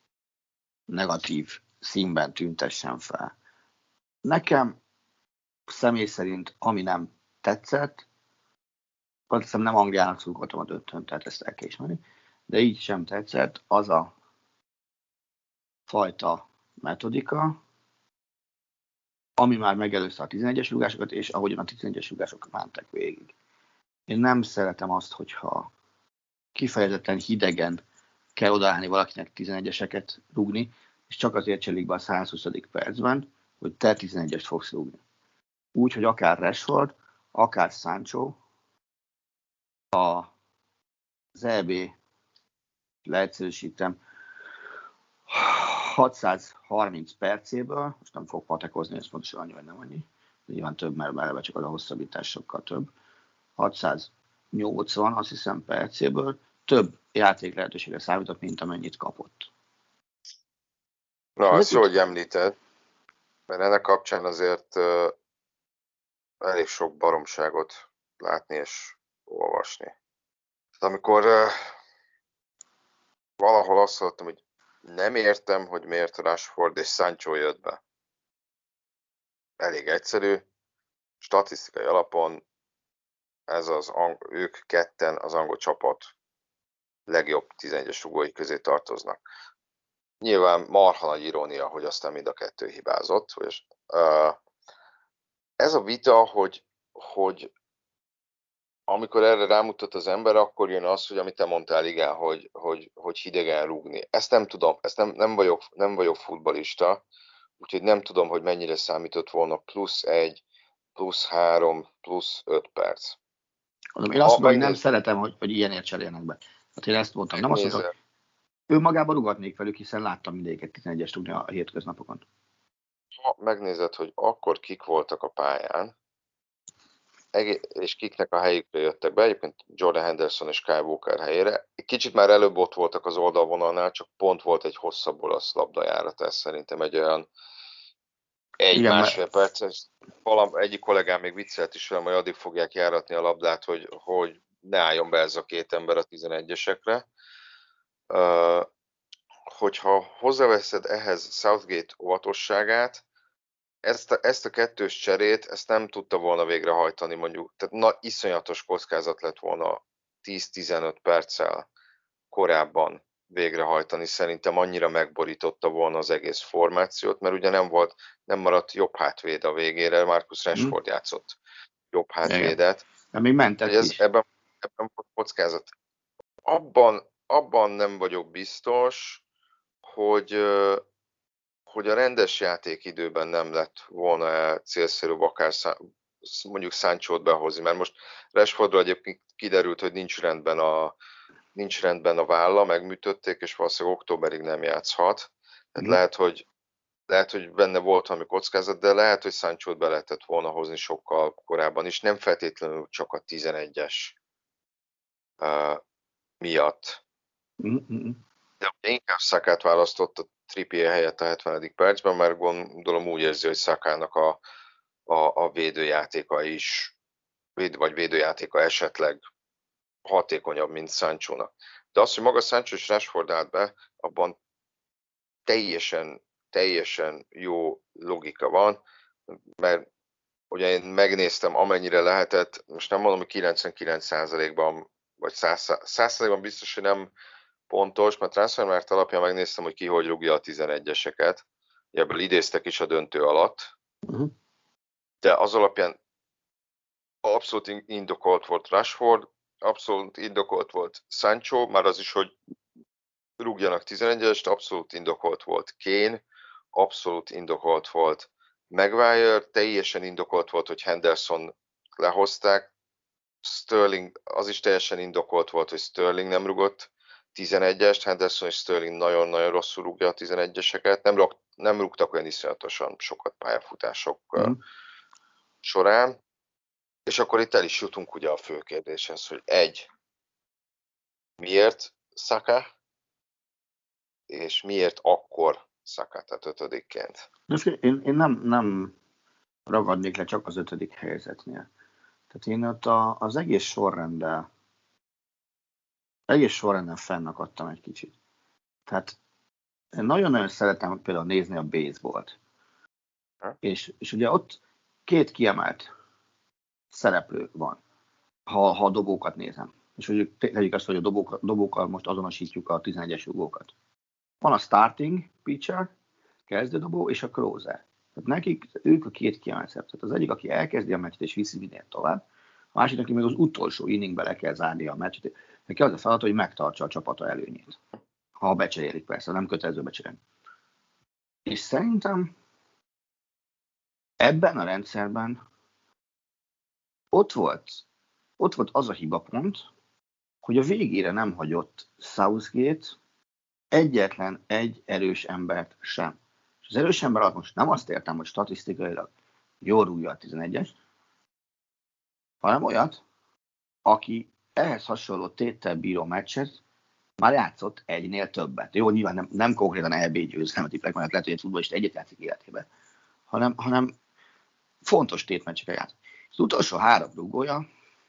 negatív színben tüntessem fel. Nekem személy szerint, ami nem tetszett, azt hiszem nem Angliának szurkoltam a döntőn, tehát ezt el kell ismerni, de így sem tetszett, az a fajta metodika, ami már megelőzte a tizenegyes rúgásokat, és ahogyan a tizenegyes rúgások mentek végig. Én nem szeretem azt, hogyha kifejezetten hidegen kell odaállni valakinek tizenegyeseket rúgni, és csak azért cselik be a százhuszadik percben, hogy te tizenegyest fogsz rúgni. Úgy, hogy akár Rashford, akár Sancho a az é bé, leegyszerűsítem, hatszázharminc percéből, most nem fog patekozni, ez pontosan annyi, vagy nem annyi, nyilván több, mert eleve csak az a hosszabbítás sokkal több. hatszáznyolcvan, azt hiszem, percéből több játék lehetőségre számított, mint amennyit kapott. Na, ezt jó, hogy említed, mert ennek kapcsán azért uh, elég sok baromságot látni és olvasni. Tehát amikor uh, valahol azt hallottam, hogy nem értem, hogy miért Rashford és Sancho jött be. Elég egyszerű, statisztikai alapon ez az ang- ők ketten az angol csapat legjobb tizenegyes rugói közé tartoznak. Nyilván marha nagy irónia, hogy aztán mind a kettő hibázott. És, uh, ez a vita, hogy, hogy amikor erre rámutat az ember, akkor jön az, hogy amit te mondtál, igen, hogy, hogy, hogy hidegen rúgni. Ezt nem tudom, ezt nem, nem, vagyok, nem vagyok futballista, úgyhogy nem tudom, hogy mennyire számított volna plusz egy, plusz három, plusz öt perc. Én azt mondom, hogy nem szeretem, hogy, hogy ilyenért cserélnek be. Hát én ezt mondtam, nem azt mondtam, ő magában rugatnék velük, hiszen láttam mindegyiket tizenegyes rúgni a hétköznapokon. Ha megnézed, hogy akkor kik voltak a pályán, és kiknek a helyükre jöttek be, egyébként Jordan Henderson és Kyle Walker helyére. Kicsit már előbb ott voltak az oldalvonalnál, csak pont volt egy hosszabb olasz labdajárat, ez szerintem egy olyan egy-másfél mert... perces. Valam, egyik kollégám még viccelt is velem, hogy addig fogják járatni a labdát, hogy, hogy ne álljon be ez a két ember a tizenegyesekre. Uh, hogyha hozzáveszed ehhez Southgate óvatosságát, Ezt a, ezt a kettős cserét, ezt nem tudta volna végrehajtani mondjuk, tehát na, iszonyatos kockázat lett volna tíz-tizenöt perccel korábban végrehajtani, szerintem annyira megborította volna az egész formációt, mert ugye nem volt, nem maradt jobb hátvéd a végére, Marcus Rashford hmm. játszott jobb hátvédet. De még mentek ez, is. Ebben, ebben volt kockázat. Abban, abban nem vagyok biztos, hogy hogy a rendes játékidőben nem lett volna célszerű akár mondjuk Sanchót behozni, mert most Rashfordról egyébként kiderült, hogy nincs rendben a, nincs rendben a válla, megműtötték, és valószínűleg októberig nem játszhat. Tehát mm. lehet, hogy, lehet, hogy benne volt valami kockázat, de lehet, hogy Sanchót be lehetett volna hozni sokkal korábban is, nem feltétlenül csak a tizenegyes uh, miatt. Mm-hmm. De inkább Sakát választott Trippier helyett a hetvenedik percben, mert gondolom úgy érzi, hogy Sakának a, a, a védőjátéka is, véd, vagy védőjátéka esetleg hatékonyabb, mint Sanchónak. De az, hogy maga Sancho és Rashford állt be, abban teljesen, teljesen jó logika van, mert ugye én megnéztem, amennyire lehetett, most nem mondom, hogy kilencvenkilenc százalékban, vagy száz százalékban biztos, hogy nem pontos, mert Transfermarkt alapján megnéztem, hogy ki hogy rúgja a tizenegyeseket. Ebből idéztek is a döntő alatt. Uh-huh. De az alapján abszolút indokolt volt Rashford, abszolút indokolt volt Sancho, már az is, hogy rúgjanak tizenegyest, abszolút indokolt volt Kane, abszolút indokolt volt Maguire, teljesen indokolt volt, hogy Henderson lehozták, Sterling, az is teljesen indokolt volt, hogy Sterling nem rúgott tizenegyest, Henderson és Sterling nagyon-nagyon rosszul rúgja a tizenegyeseket, nem, rúg, nem rúgtak olyan iszonyatosan sokat pályafutások mm. során, és akkor itt el is jutunk ugye a fő kérdéshez, hogy egy, miért Saka, és miért akkor Saka, tehát ötödikként? Én, én nem, nem ragadnék le csak az ötödik helyzetnél. Tehát én ott a, az egész sorrenddel egész sorrenden fennakadtam egy kicsit. Tehát én nagyon-nagyon szeretem például nézni a baseballt. És, és ugye ott két kiemelt szereplő van, ha, ha a dobókat nézem. És hogy tegyük azt, hogy a dobók, dobókkal most azonosítjuk a tizenegyes rugókat. Van a starting pitcher, kezdődobó és a closer. Tehát nekik, ők a két kiemelt szereplő. Az egyik, aki elkezdi a meccset és viszi minél tovább, a másik, aki még az utolsó inningbe le kell zárni a meccset. Neki az a feladat, hogy megtartsa a csapata előnyét. Ha becserélik persze, nem kötelező becserélni. És szerintem ebben a rendszerben ott volt, ott volt az a hibapont, hogy a végére nem hagyott Southgate egyetlen egy erős embert sem. És az erős ember alatt most nem azt értem, hogy statisztikailag jól rúgja a tizenegyes, hanem olyat, aki ehhez hasonló téttel bíró meccset már játszott egynél többet. Jó, nyilván nem, nem konkrétan é bé győzelmet tippek, mert lehet, hogy egy futballista egyet játszik életében, hanem, hanem fontos tétmeccseket játszott. Az utolsó három rúgója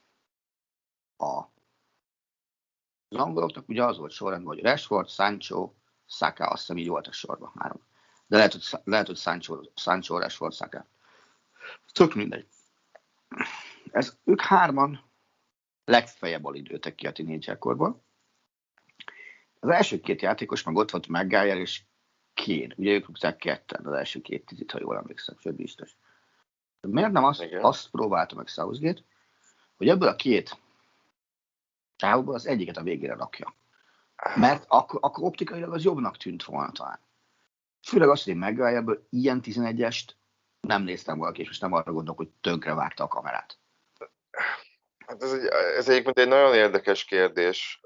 a az angoloknak ugye az volt sorrendben, hogy Rashford, Sancho, Saka, azt hiszem így volt a sorban három. De lehet, hogy, lehet, hogy Sancho, Sancho, Rashford, Saka. Tök mindegy. Ez, ők hárman legfeljebb alidőtek ki a tínédzserkorból. Az első két játékos meg ott volt Maguire és Kane. Ugye ők rúgták ketten az első két tizit, ha jól emlékszem, sőt biztos. De miért nem azt, azt próbálta meg Southgate, hogy ebből a két csávóból az egyiket a végére rakja. Mert akkor, akkor optikailag az jobbnak tűnt volna talán. Főleg azt, hogy Maguire-ből ilyen tizenegyest nem néztem valaki, és most nem arra gondolok, hogy tönkre vágta a kamerát. Hát ez, egy, ez egyébként egy nagyon érdekes kérdés,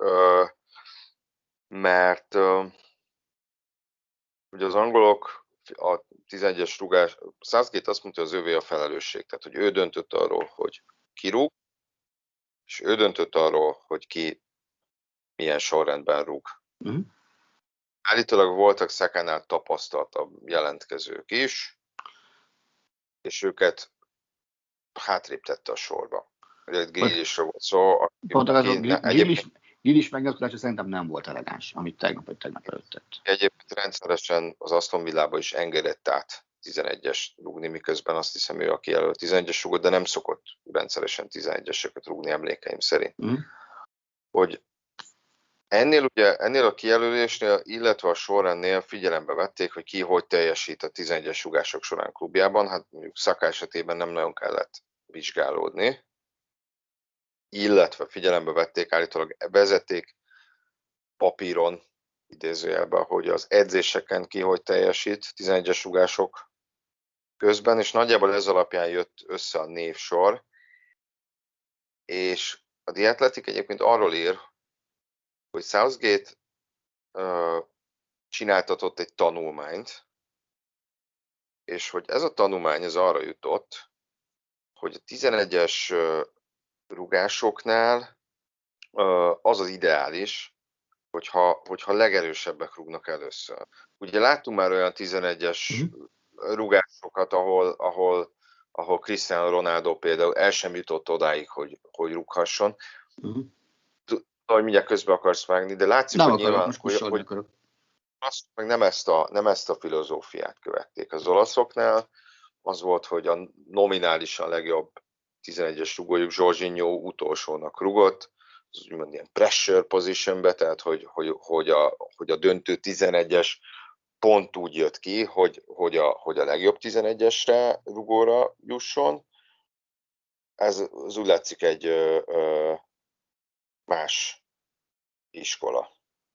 mert ugye az angolok a tizenegyes rugás, Southgate azt mondta, hogy az övé a felelősség, tehát hogy ő döntött arról, hogy ki rúg, és ő döntött arról, hogy ki milyen sorrendben rúg. Mm. Állítólag voltak Sakánál tapasztaltabb jelentkezők is, és őket hátrébb tette a sorba. Egy Grealishre volt szó. Pont az a Grealish megnyilatkozása szerintem nem volt elegáns, amit tegnap vagy tegnap előtt tett. Egyébként rendszeresen az Aston Villában is engedett át tizenegyes rúgni, miközben azt hiszem ő, aki jelölt tizenegyes rúgott, de nem szokott rendszeresen tizenegyeseket rúgni emlékeim szerint. Mm. Hogy ennél, ugye, ennél a kijelölésnél, illetve a sorrendnél figyelembe vették, hogy ki hogy teljesít a tizenegyes rúgások során klubjában, hát mondjuk Saka esetében nem nagyon kellett vizsgálódni, illetve figyelembe vették, állítólag vezették papíron, idézőjelben, hogy az edzéseken ki hogy teljesít tizenegyes rúgások közben, és nagyjából ez alapján jött össze a névsor, és a The Athletic egyébként arról ír, hogy Southgate uh, csináltatott egy tanulmányt, és hogy ez a tanulmány ez arra jutott, hogy a tizenegyes uh, rúgásoknál uh, az az ideális, hogyha, hogyha legerősebbek rúgnak először. Ugye láttunk már olyan tizenegyes mm-hmm. rúgásokat, ahol, ahol, ahol Cristiano Ronaldo például el sem jutott odáig, hogy, hogy rúghasson. Mm-hmm. Hogy mindjárt közbe akarsz vágni, de látszik, nem hogy akarok, nyilván, most hogy, hogy akarok. azt meg nem ezt, a, nem ezt a filozófiát követték az olaszoknál. Az volt, hogy a nominálisan legjobb tizenegyes rugójuk Jorginho utolsónak rugott, az úgymond ilyen pressure positionbe, tehát hogy, hogy, hogy, a, hogy a döntő tizenegyes pont úgy jött ki, hogy, hogy, a, hogy a legjobb tizenegyesre rugóra jusson. Ez az úgy látszik egy ö, ö, más iskola.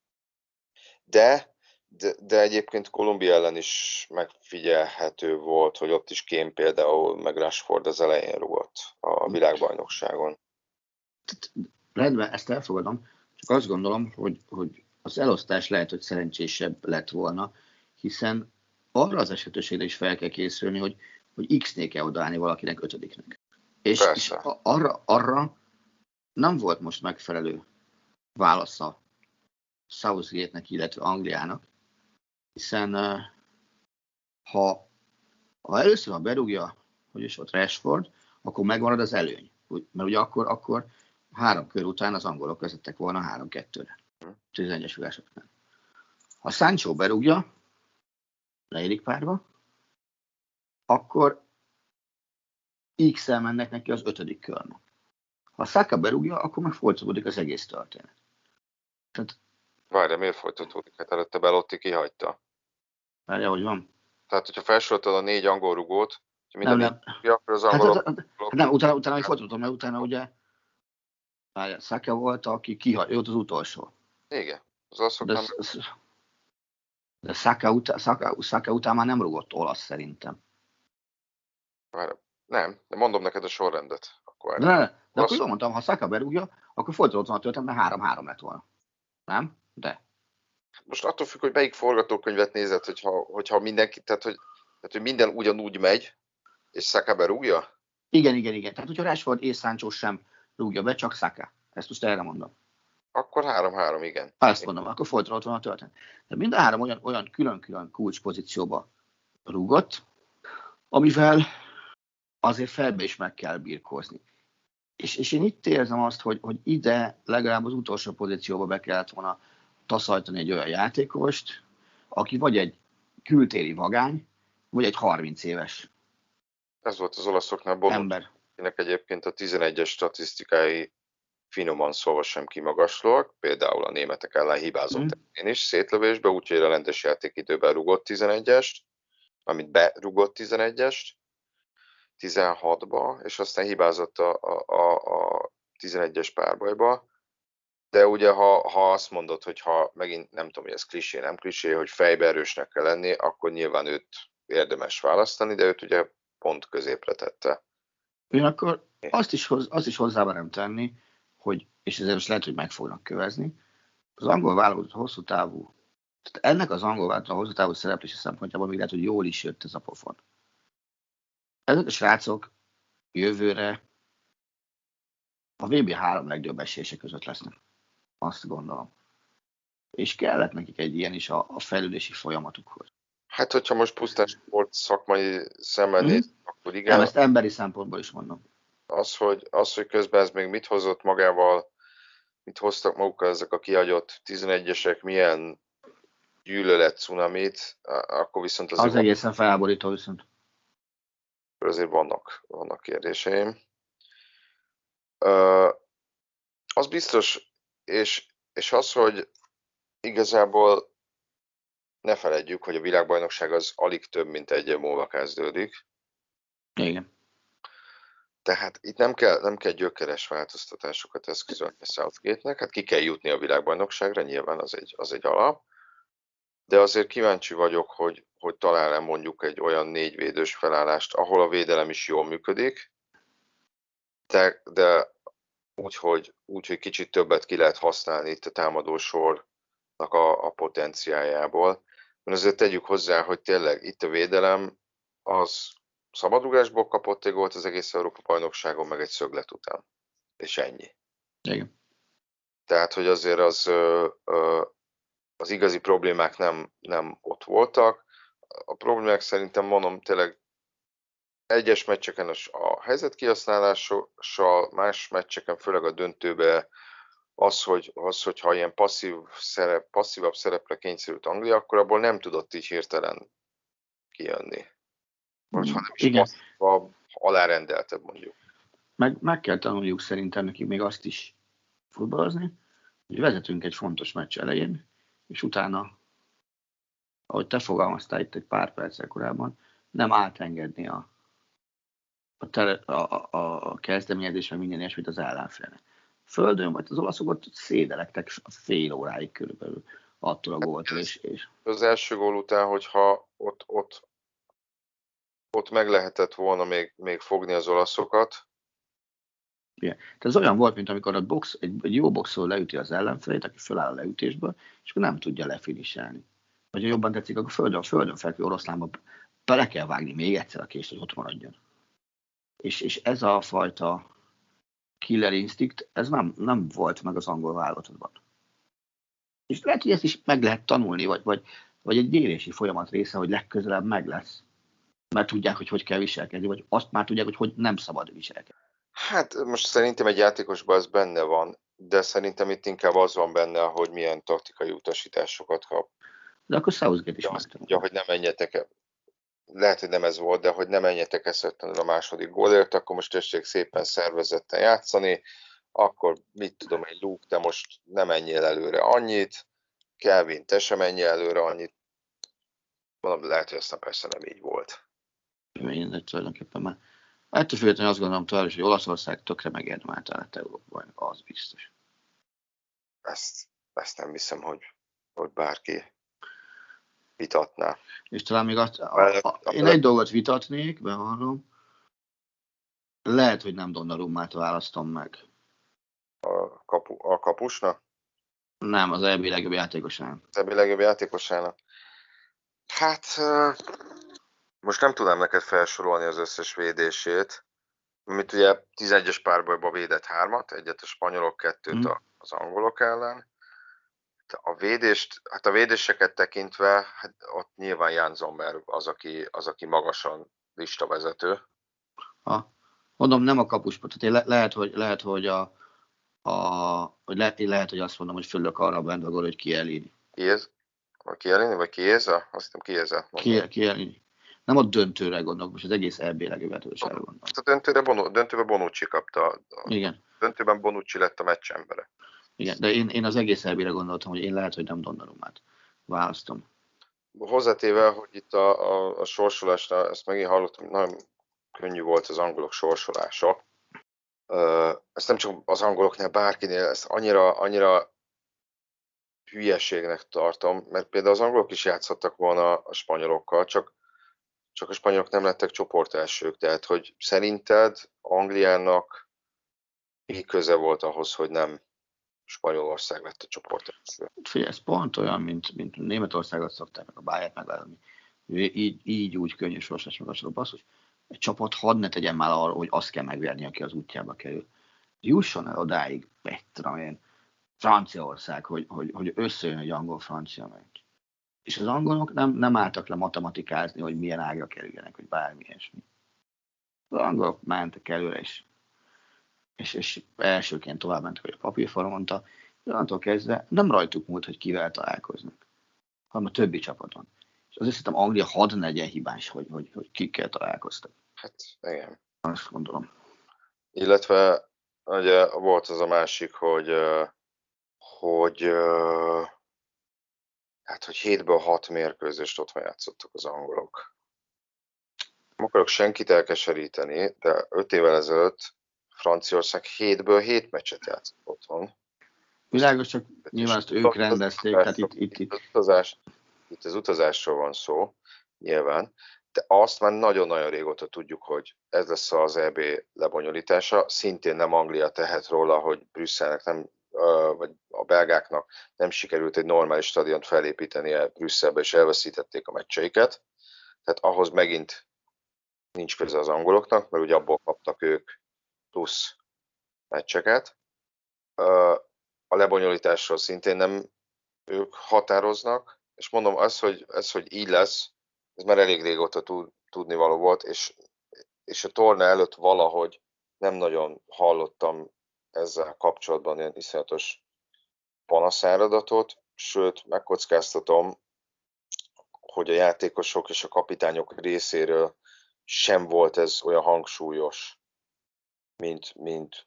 De, de, de egyébként Kolumbia ellen is megfigyelhető volt, hogy ott is Kane például, meg Rashford az elején rugott a világbajnokságon. Rendben, ezt elfogadom, csak azt gondolom, hogy, hogy az elosztás lehet, hogy szerencsésebb lett volna, hiszen arra az esetőségre is fel kell készülni, hogy, hogy X-nél kell odaállni valakinek ötödiknek. És, és arra, arra nem volt most megfelelő válasza Southgate-nek, illetve Angliának, hiszen ha, ha először, ha berúgja, hogy is ott Rashford, akkor megmarad az előny. Mert ugye akkor, akkor három kör után az angolok vezettek volna három kettőre. tizenegyes rúgásoknál. Ha Sancho berúgja, negyedik párba, akkor X-el mennek neki az ötödik körnek. Ha Saka berúgja, akkor meg folytatódik az egész történet. Tehát, Várj, miért folytatódik? Hát előtte Belotti kihagyta. Várja, hogy van. Tehát, hogyha felsoroltad a négy angol rugót, hogy minden nem, négy, nem. akkor az angolok... Hát, hát, hát nem, utána, utána még folytatom, mert utána ugye várja, Saka volt, aki kihagyta, az utolsó. Igen, az az de, de Saka, után, Saka, Saka után már nem rugott olasz szerintem. Várj, Nem, de mondom neked a sorrendet. Akkor de, de, de azt... akkor jól mondtam, ha Saka berúgja, akkor folytatódott volna a történet, mert három-három lett volna. Nem? De. Most attól függ, hogy melyik forgatókönyvet nézed, hogyha, hogyha mindenki, tehát hogy, tehát, hogy minden ugyanúgy megy, és Saka berúgja? Igen, igen, igen. Tehát, hogyha Rashford és Sancho sem rúgja be, csak Saka. Ezt most erre mondom. Akkor három-három, igen. Ha ezt mondom, akkor folytatódott volna a történet. De mind a három olyan, olyan külön-külön kulcspozícióba rúgott, amivel azért felbe is meg kell birkózni. És, és én itt érzem azt, hogy, hogy ide legalább az utolsó pozícióba be kellett volna taszajtani egy olyan játékost, aki vagy egy kültéri vagány, vagy egy harminc éves Ez volt az olaszoknál Bonucci, ember. akinek egyébként a tizenegyes statisztikái finoman szóval sem kimagaslóak, például a németek ellen hibázott mm. én is szétlövésbe, úgyhogy a rendes játékidőben rugott tizenegyest, amit berugott tizenegyest, tizenhatba, és aztán hibázott a, a, a, a tizenegyes párbajba. De ugye, ha, ha azt mondod, hogy ha megint nem tudom, hogy ez klisé, nem klisé, hogy fejbe erősnek kell lenni, akkor nyilván őt érdemes választani, de őt ugye pont középre tette. Ugyanakkor azt is, hoz, azt is hozzá merem tenni, hogy, és ezért most lehet, hogy meg fognak kövezni, az angol válogatott hosszú távú, tehát ennek az angol válogatott hosszú távú szereplési szempontjából még lehet, hogy jól is jött ez a pofon. Ezek a srácok jövőre a vé bé három legjobb esélyesek között lesznek. Azt gondolom. És kellett nekik egy ilyen is a, a fejlődési folyamatukhoz. Hát, hogyha most pusztán sport szakmai szemmel Mm-hmm. néz, akkor igen. Nem, ezt emberi szempontból is mondom. Az hogy, az, hogy közben ez még mit hozott magával, mit hoztak magukkal ezek a kihagyott tizenegyesek, milyen gyűlölet cunamit, akkor viszont azért, az egészen felháborító viszont. Azért vannak, vannak kérdéseim. Uh, az biztos, és, és az, hogy igazából ne feledjük, hogy a világbajnokság az alig több, mint egy év múlva kezdődik. Igen. Tehát itt nem kell, nem kell gyökeres változtatásokat eszközölni a Southgate-nek, hát ki kell jutni a világbajnokságra, nyilván az egy, az egy alap, de azért kíváncsi vagyok, hogy, hogy talál-e mondjuk egy olyan négyvédős felállást, ahol a védelem is jól működik, de, de úgy, hogy, úgy, hogy kicsit többet ki lehet használni itt a támadósornak a, a potenciáljából. Mert azért tegyük hozzá, hogy tényleg itt a védelem az szabadrugásból kapott egy gólt az egész Európa-bajnokságon, meg egy szöglet után. És ennyi. Igen. Tehát, hogy azért az, az igazi problémák nem, nem ott voltak. A problémák szerintem mondom tényleg egyes meccseken a helyzet kihasználással, más meccseken, főleg a döntőbe az, hogy, az, hogyha ilyen passzív szerep, passzívabb szerepre kényszerült Anglia, akkor abból nem tudott így hirtelen kijönni. Vagy ha nem is passzívabb, alárendeltebb mondjuk. Meg, meg kell tanuljuk szerintem nekik még azt is futballozni, hogy vezetünk egy fontos meccs elején, és utána, ahogy te fogalmaztál itt egy pár perccel korábban, nem átengedni a, a, tele, a, a, a kezdeményezés, meg minden ilyesmit az ellenfélnek. Földön vagy az olaszok ott szédelektek fél óráig körülbelül attól a góltól. És, és... Az első gól után, hogyha ott, ott, ott meg lehetett volna még, még fogni az olaszokat. Igen. Tehát ez olyan volt, mint amikor a box, egy, egy jó boxoló leüti az ellenfelét, aki föláll a leütésből, és akkor nem tudja lefiniselni. Vagy ha jobban tetszik, akkor földön, földön fekvő oroszlánba bele kell vágni még egyszer a kést, hogy ott maradjon. És, és ez a fajta killer instinct, ez nem, nem volt meg az angol válogatottban. És lehet, hogy ezt is meg lehet tanulni, vagy, vagy, vagy egy gyérési folyamat része, hogy legközelebb meg lesz. Mert tudják, hogy hogy kell viselkedni, vagy azt már tudják, hogy hogy nem szabad viselkedni. Hát most szerintem egy játékosban ez benne van, de szerintem itt inkább az van benne, hogy milyen taktikai utasításokat kap. De akkor Southgate is megtanulja. Hogy nem menjetek, lehet, hogy nem ez volt, de hogy nem menjetek eszetlenül a második gólért, akkor most tessék szépen szervezetten játszani, akkor mit tudom, egy Luke, te most nem menjél előre annyit, Kelvin, te sem menjél előre annyit. Mondom, lehet, hogy aztán persze nem így volt. Mindegy, tulajdonképpen már. Ettől függetlenül azt gondolom tovább is, hogy Olaszország tökre megérdemelte lett Európa-bajnok, az biztos. Ezt, ezt nem hiszem, hogy, hogy bárki vitatná. És talán még azt, a, a, én egy dolgot vitatnék, bevallom, Lehet, hogy nem Donnarummát választom meg. A, kapu, a kapusnak? Nem, az é bé legjobb játékosának. Az é bé legjobb játékosának? Hát, most nem tudnám neked felsorolni az összes védését. Amit ugye tizenegyes párbajban védett hármat, egyet a spanyolok, kettőt Hmm. az angolok ellen. A védést, hát a védéseket tekintve, hát ott nyilván Jan Sommer az, aki, az, aki magasan listavezető. Ha. Mondom, nem a kapus, tehát le, lehet, hogy, lehet, hogy a, a hogy le, lehet, hogy azt mondom, hogy fölök arra a bandvagol, hogy Chiellini. Kiez? Chiellini, vagy Chiesa? Azt hiszem Chiesa. Chiellini. Nem a döntőre gondolok, most az egész é bé legjobb játékosára gondolok. A döntőre Bono, döntőben Bonucci kapta. A, Igen. Döntőben Bonucci lett a meccs embere. Igen, de én, én az egész é bére gondoltam, hogy én lehet, hogy nem Donnarummát választom. Hozzátéve, hogy itt a, a, a sorsolásnál, ezt megint hallottam, nagyon könnyű volt az angolok sorsolása. Ezt nem csak az angoloknál, bárkinél, ezt annyira, annyira hülyeségnek tartom, mert például az angolok is játszottak volna a spanyolokkal, csak, csak a spanyolok nem lettek csoportelsők, tehát hogy szerinted Angliának mi köze volt ahhoz, hogy nem Spanyolország lett a csoportelső? Figyelj, ez pont olyan, mint, mint Németországot szokták, meg a Bayern megválasztani. Így, így úgy könnyű sorsás magasról basszus. Egy csapat hadd ne tegyen már arra, hogy azt kell megverni, aki az útjába kerül. Jusson el odáig, tudom én, Franciaország, hogy, hogy, hogy összejön egy angol-francia meccs. És az angolok nem, nem álltak le matematikázni, hogy milyen ágra kerüljenek, hogy bármi ilyesmi. Az angolok mentek előre, és, és, és elsőként tovább mentek, hogy a papírforma mondta, és onnantól kezdve nem rajtuk múlt, hogy kivel találkoznak, hanem a többi csapaton. És azért szerintem Anglia hadd ne legyen hibás, hogy, hogy, hogy kikkel találkoztak. Hát igen. Azt gondolom. Illetve ugye volt az a másik, hogy, hogy hát, hogy hétből hat mérkőzést ott játszottak az angolok. Nem akarok senkit elkeseríteni, de öt évvel ezelőtt Franciaország hétből hét meccset játszott otthon. Világos, csak nyilván ezt ők rendezték, tehát itt, itt, itt. Az utazás, itt az utazásról van szó, nyilván, de azt már nagyon-nagyon régóta tudjuk, hogy ez lesz az é bé lebonyolítása. Szintén nem Anglia tehet róla, hogy Brüsszelnek nem, vagy a belgáknak nem sikerült egy normális stadiont felépítenie Brüsszelbe, és elveszítették a meccseiket. Tehát ahhoz megint nincs köze az angoloknak, mert ugye abból kaptak ők plusz meccseket. A lebonyolításról szintén nem ők határoznak, és mondom, az, hogy, ez, hogy így lesz, ez már elég régóta tudnivaló volt, és, és a torna előtt valahogy nem nagyon hallottam ezzel kapcsolatban ilyen iszonyatos panaszáradatot, sőt, megkockáztatom, hogy a játékosok és a kapitányok részéről sem volt ez olyan hangsúlyos, mint, mint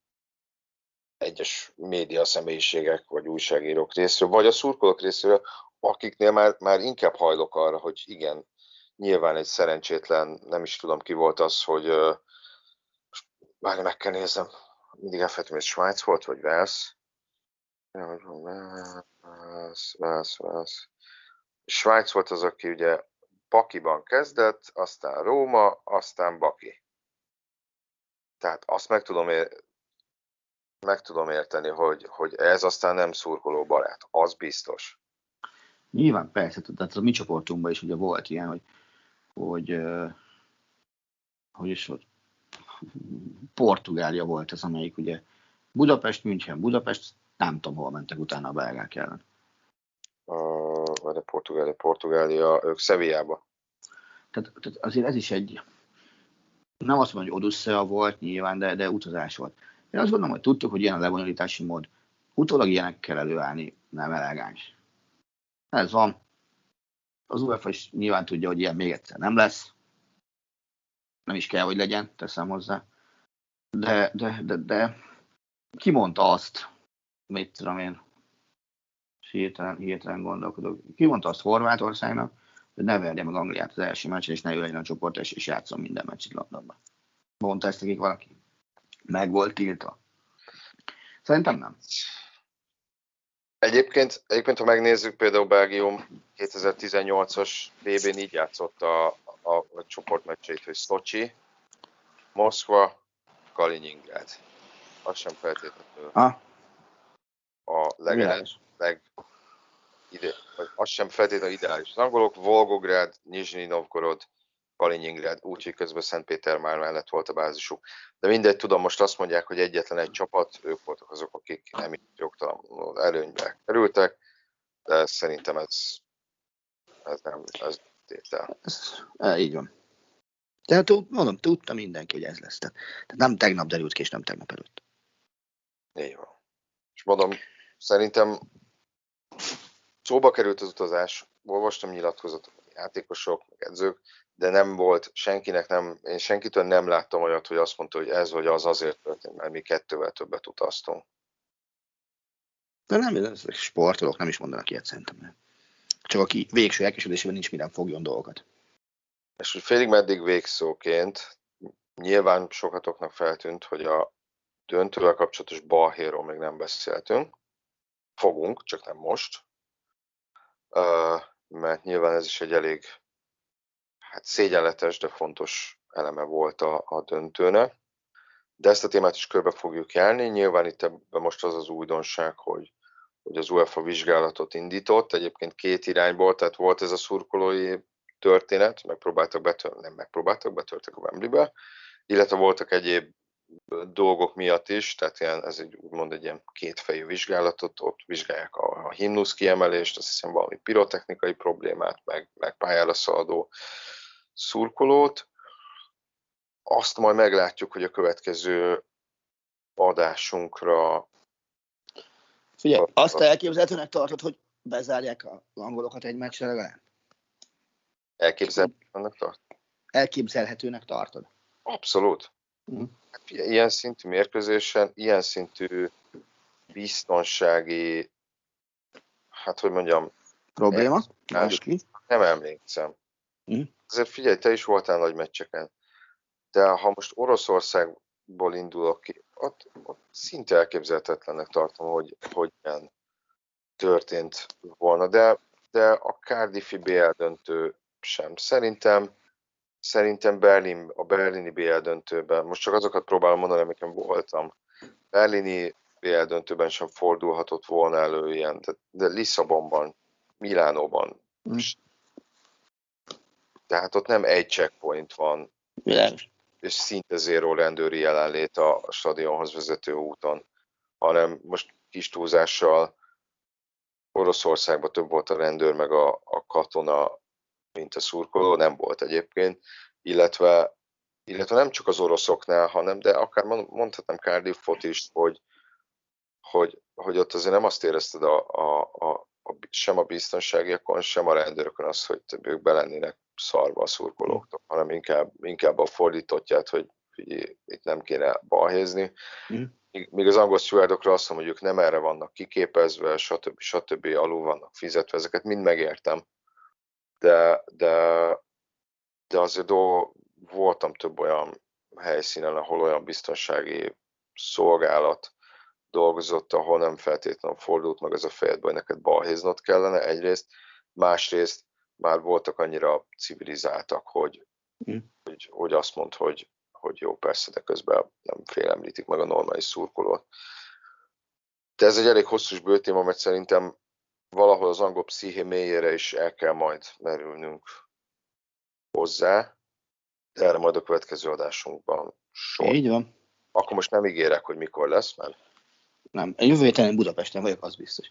egyes média személyiségek vagy újságírók részéről, vagy a szurkolók részéről, akiknél már, már inkább hajlok arra, hogy igen, nyilván egy szerencsétlen, nem is tudom ki volt az, hogy uh, várj, meg kell nézem, mindig elfelejtem, hogy Svájc volt, vagy Wales. Wales, Wales, Wales. Svájc volt az, aki ugye Bakiban kezdett, aztán Róma, aztán Baki. Tehát azt meg tudom ér- meg tudom érteni, hogy, hogy ez aztán nem szurkoló barát. Az biztos. Nyilván, persze, tehát a mi csoportunkban is ugye volt ilyen, hogy, hogy, uh, hogy is volt, Portugália volt az, amelyik ugye Budapest, München, Budapest, nem tudom, hol mentek utána a belgák ellen. Uh, vagy a Portugália, Portugália, ők Sevillába. Tehát, tehát azért ez is egy, nem azt mondom, hogy Odusszea volt nyilván, de, de utazás volt. Én azt gondolom, hogy tudtuk, hogy ilyen a lebonyolítási mód. Utólag ilyenekkel előállni nem elegáns. Ez van. Az UEFA is nyilván tudja, hogy ilyen még egyszer nem lesz. Nem is kell, hogy legyen, teszem hozzá. De, de, de, de ki mondta azt, mit tudom én, hirtelen, hirtelen gondolkodok, ki mondta azt Horvátországnak, hogy ne verje meg Angliát az első meccsen, és ne üljen a csoport, és, és játszom minden meccset Londonban. Mondta ezt nekik valaki? Meg volt tiltva? Szerintem nem. Egyébként, egyébként, ha megnézzük, például Belgium kétezer-tizennyolcas vé bén így játszott a, a, a csoportmeccseit, hogy Szocsi, Moszkva, Kaliningrad. Az sem feltétlenül ha? a leg, leg ide, vagy az sem feltétlenül ideális. Az angolok Volgográd, Nizhny Novgorod, Kaliningrad, úgyhogy közben Szentpétervár mellett volt a bázisuk. De mindegy, tudom, most azt mondják, hogy egyetlen egy csapat, ők voltak azok, akik nem így jogtalanul előnybe kerültek, de szerintem ez, ez nem ez tétel. Ez, e, így van. Tehát mondom, tudta mindenki, hogy ez lesz. Tehát nem tegnap derült ki, és nem tegnap előtt. Így van. És mondom, szerintem szóba került az utazás, olvastam nyilatkozatok, játékosok, meg edzők, de nem volt senkinek, nem, én senkitől nem láttam olyat, hogy azt mondta, hogy ez vagy az azért történt, mert mi kettővel többet utaztunk. De nem, ezek sportolók nem is mondanak ilyet szerintem. Csak aki végső elkesedésében nincs mire fogjon dolgokat. És hogy félig meddig végszóként nyilván sokatoknak feltűnt, hogy a döntővel kapcsolatos balhéról még nem beszéltünk. Fogunk, csak nem most. Uh, mert nyilván ez is egy elég hát szégyenletes, de fontos eleme volt a, a döntőnek. De ezt a témát is körbe fogjuk járni. Nyilván itt ebben most az az újdonság, hogy, hogy az UEFA vizsgálatot indított, egyébként két irányból, tehát volt ez a szurkolói történet, megpróbáltak betörni, nem megpróbáltak, betörtek a Wembleybe, illetve voltak egyéb dolgok miatt is, tehát ilyen, ez egy úgymond egy ilyen kétfejű vizsgálatot, ott vizsgálják a, a himnusz kiemelést, azt hiszem valami pirotechnikai problémát, meg, meg pályára szaladó szurkolót. Azt majd meglátjuk, hogy a következő adásunkra... Figyelj, azt elképzelhetőnek tartod, hogy bezárják az angolokat egy meccsre legalább? Elképzelhetőnek tart? Elképzelhetőnek tartod? Abszolút. Mm. Hát, ilyen szintű mérkőzésen, ilyen szintű biztonsági, hát hogy mondjam... Probléma? Nem, nem emlékszem. Mm. Azért figyelj, te is voltál nagy meccseken. De ha most Oroszországból indulok ki, ott, ott szinte elképzelhetetlennek tartom, hogy, hogy ilyen történt volna. De, de a Cardiffi bé el döntő sem. Szerintem, szerintem Berlin, a berlini bé el döntőben, most csak azokat próbálom mondani, amiken voltam, berlini bé el döntőben sem fordulhatott volna elő ilyen, de, de Lisszabonban, Milánóban, mm. tehát ott nem egy checkpoint van, Világos. És szinte zéró rendőri jelenlét a stadionhoz vezető úton, hanem most kis túlzással Oroszországban több volt a rendőr meg a, a katona, mint a szurkoló, nem volt egyébként, illetve, illetve nem csak az oroszoknál, hanem, de akár mondhatnám Cardiffot is, hogy, hogy, hogy ott azért nem azt érezted a, a, a, a, sem a biztonságiakon, sem a rendőrökön azt, hogy ők belennének szarva a szurkolóktól, hanem inkább, inkább a fordítottját, hogy figyelj, itt nem kéne balhézni. Mm. Míg az angol stewardokra azt mondom, hogy ők nem erre vannak kiképezve, stb. stb. Alul vannak fizetve, ezeket mind megértem. De, de, de azért do, voltam több olyan helyszínen, ahol olyan biztonsági szolgálat dolgozott, ahol nem feltétlenül fordult meg ez a fejedbe, hogy neked balhéznod kellene egyrészt, másrészt már voltak annyira civilizáltak, hogy, mm. hogy, hogy azt mondd, hogy, hogy jó, persze, de közben nem félemlítik meg a normális szurkolót. De ez egy elég hosszú bő téma, mert szerintem valahol az angol psziché mélyére is el kell majd merülnünk hozzá, de erre majd a következő adásunkban sor. Így van. Akkor most nem ígérek, hogy mikor lesz, mert... Nem, jövő héten Budapesten vagyok, az biztos.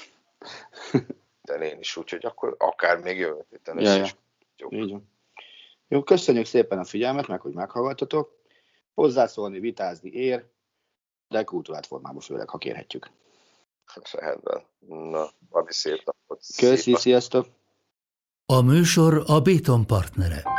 De én is, úgyhogy akkor akár még jövő héten ja, is. Ja. Így van. Jó, köszönjük szépen a figyelmet, meg hogy meghallgattatok. Hozzászólni, vitázni ér, de kultúrált formában főleg, ha kérhetjük. Rendben. Na, valami szép napot. Köszi, sziasztok! A műsor a Béton partnere.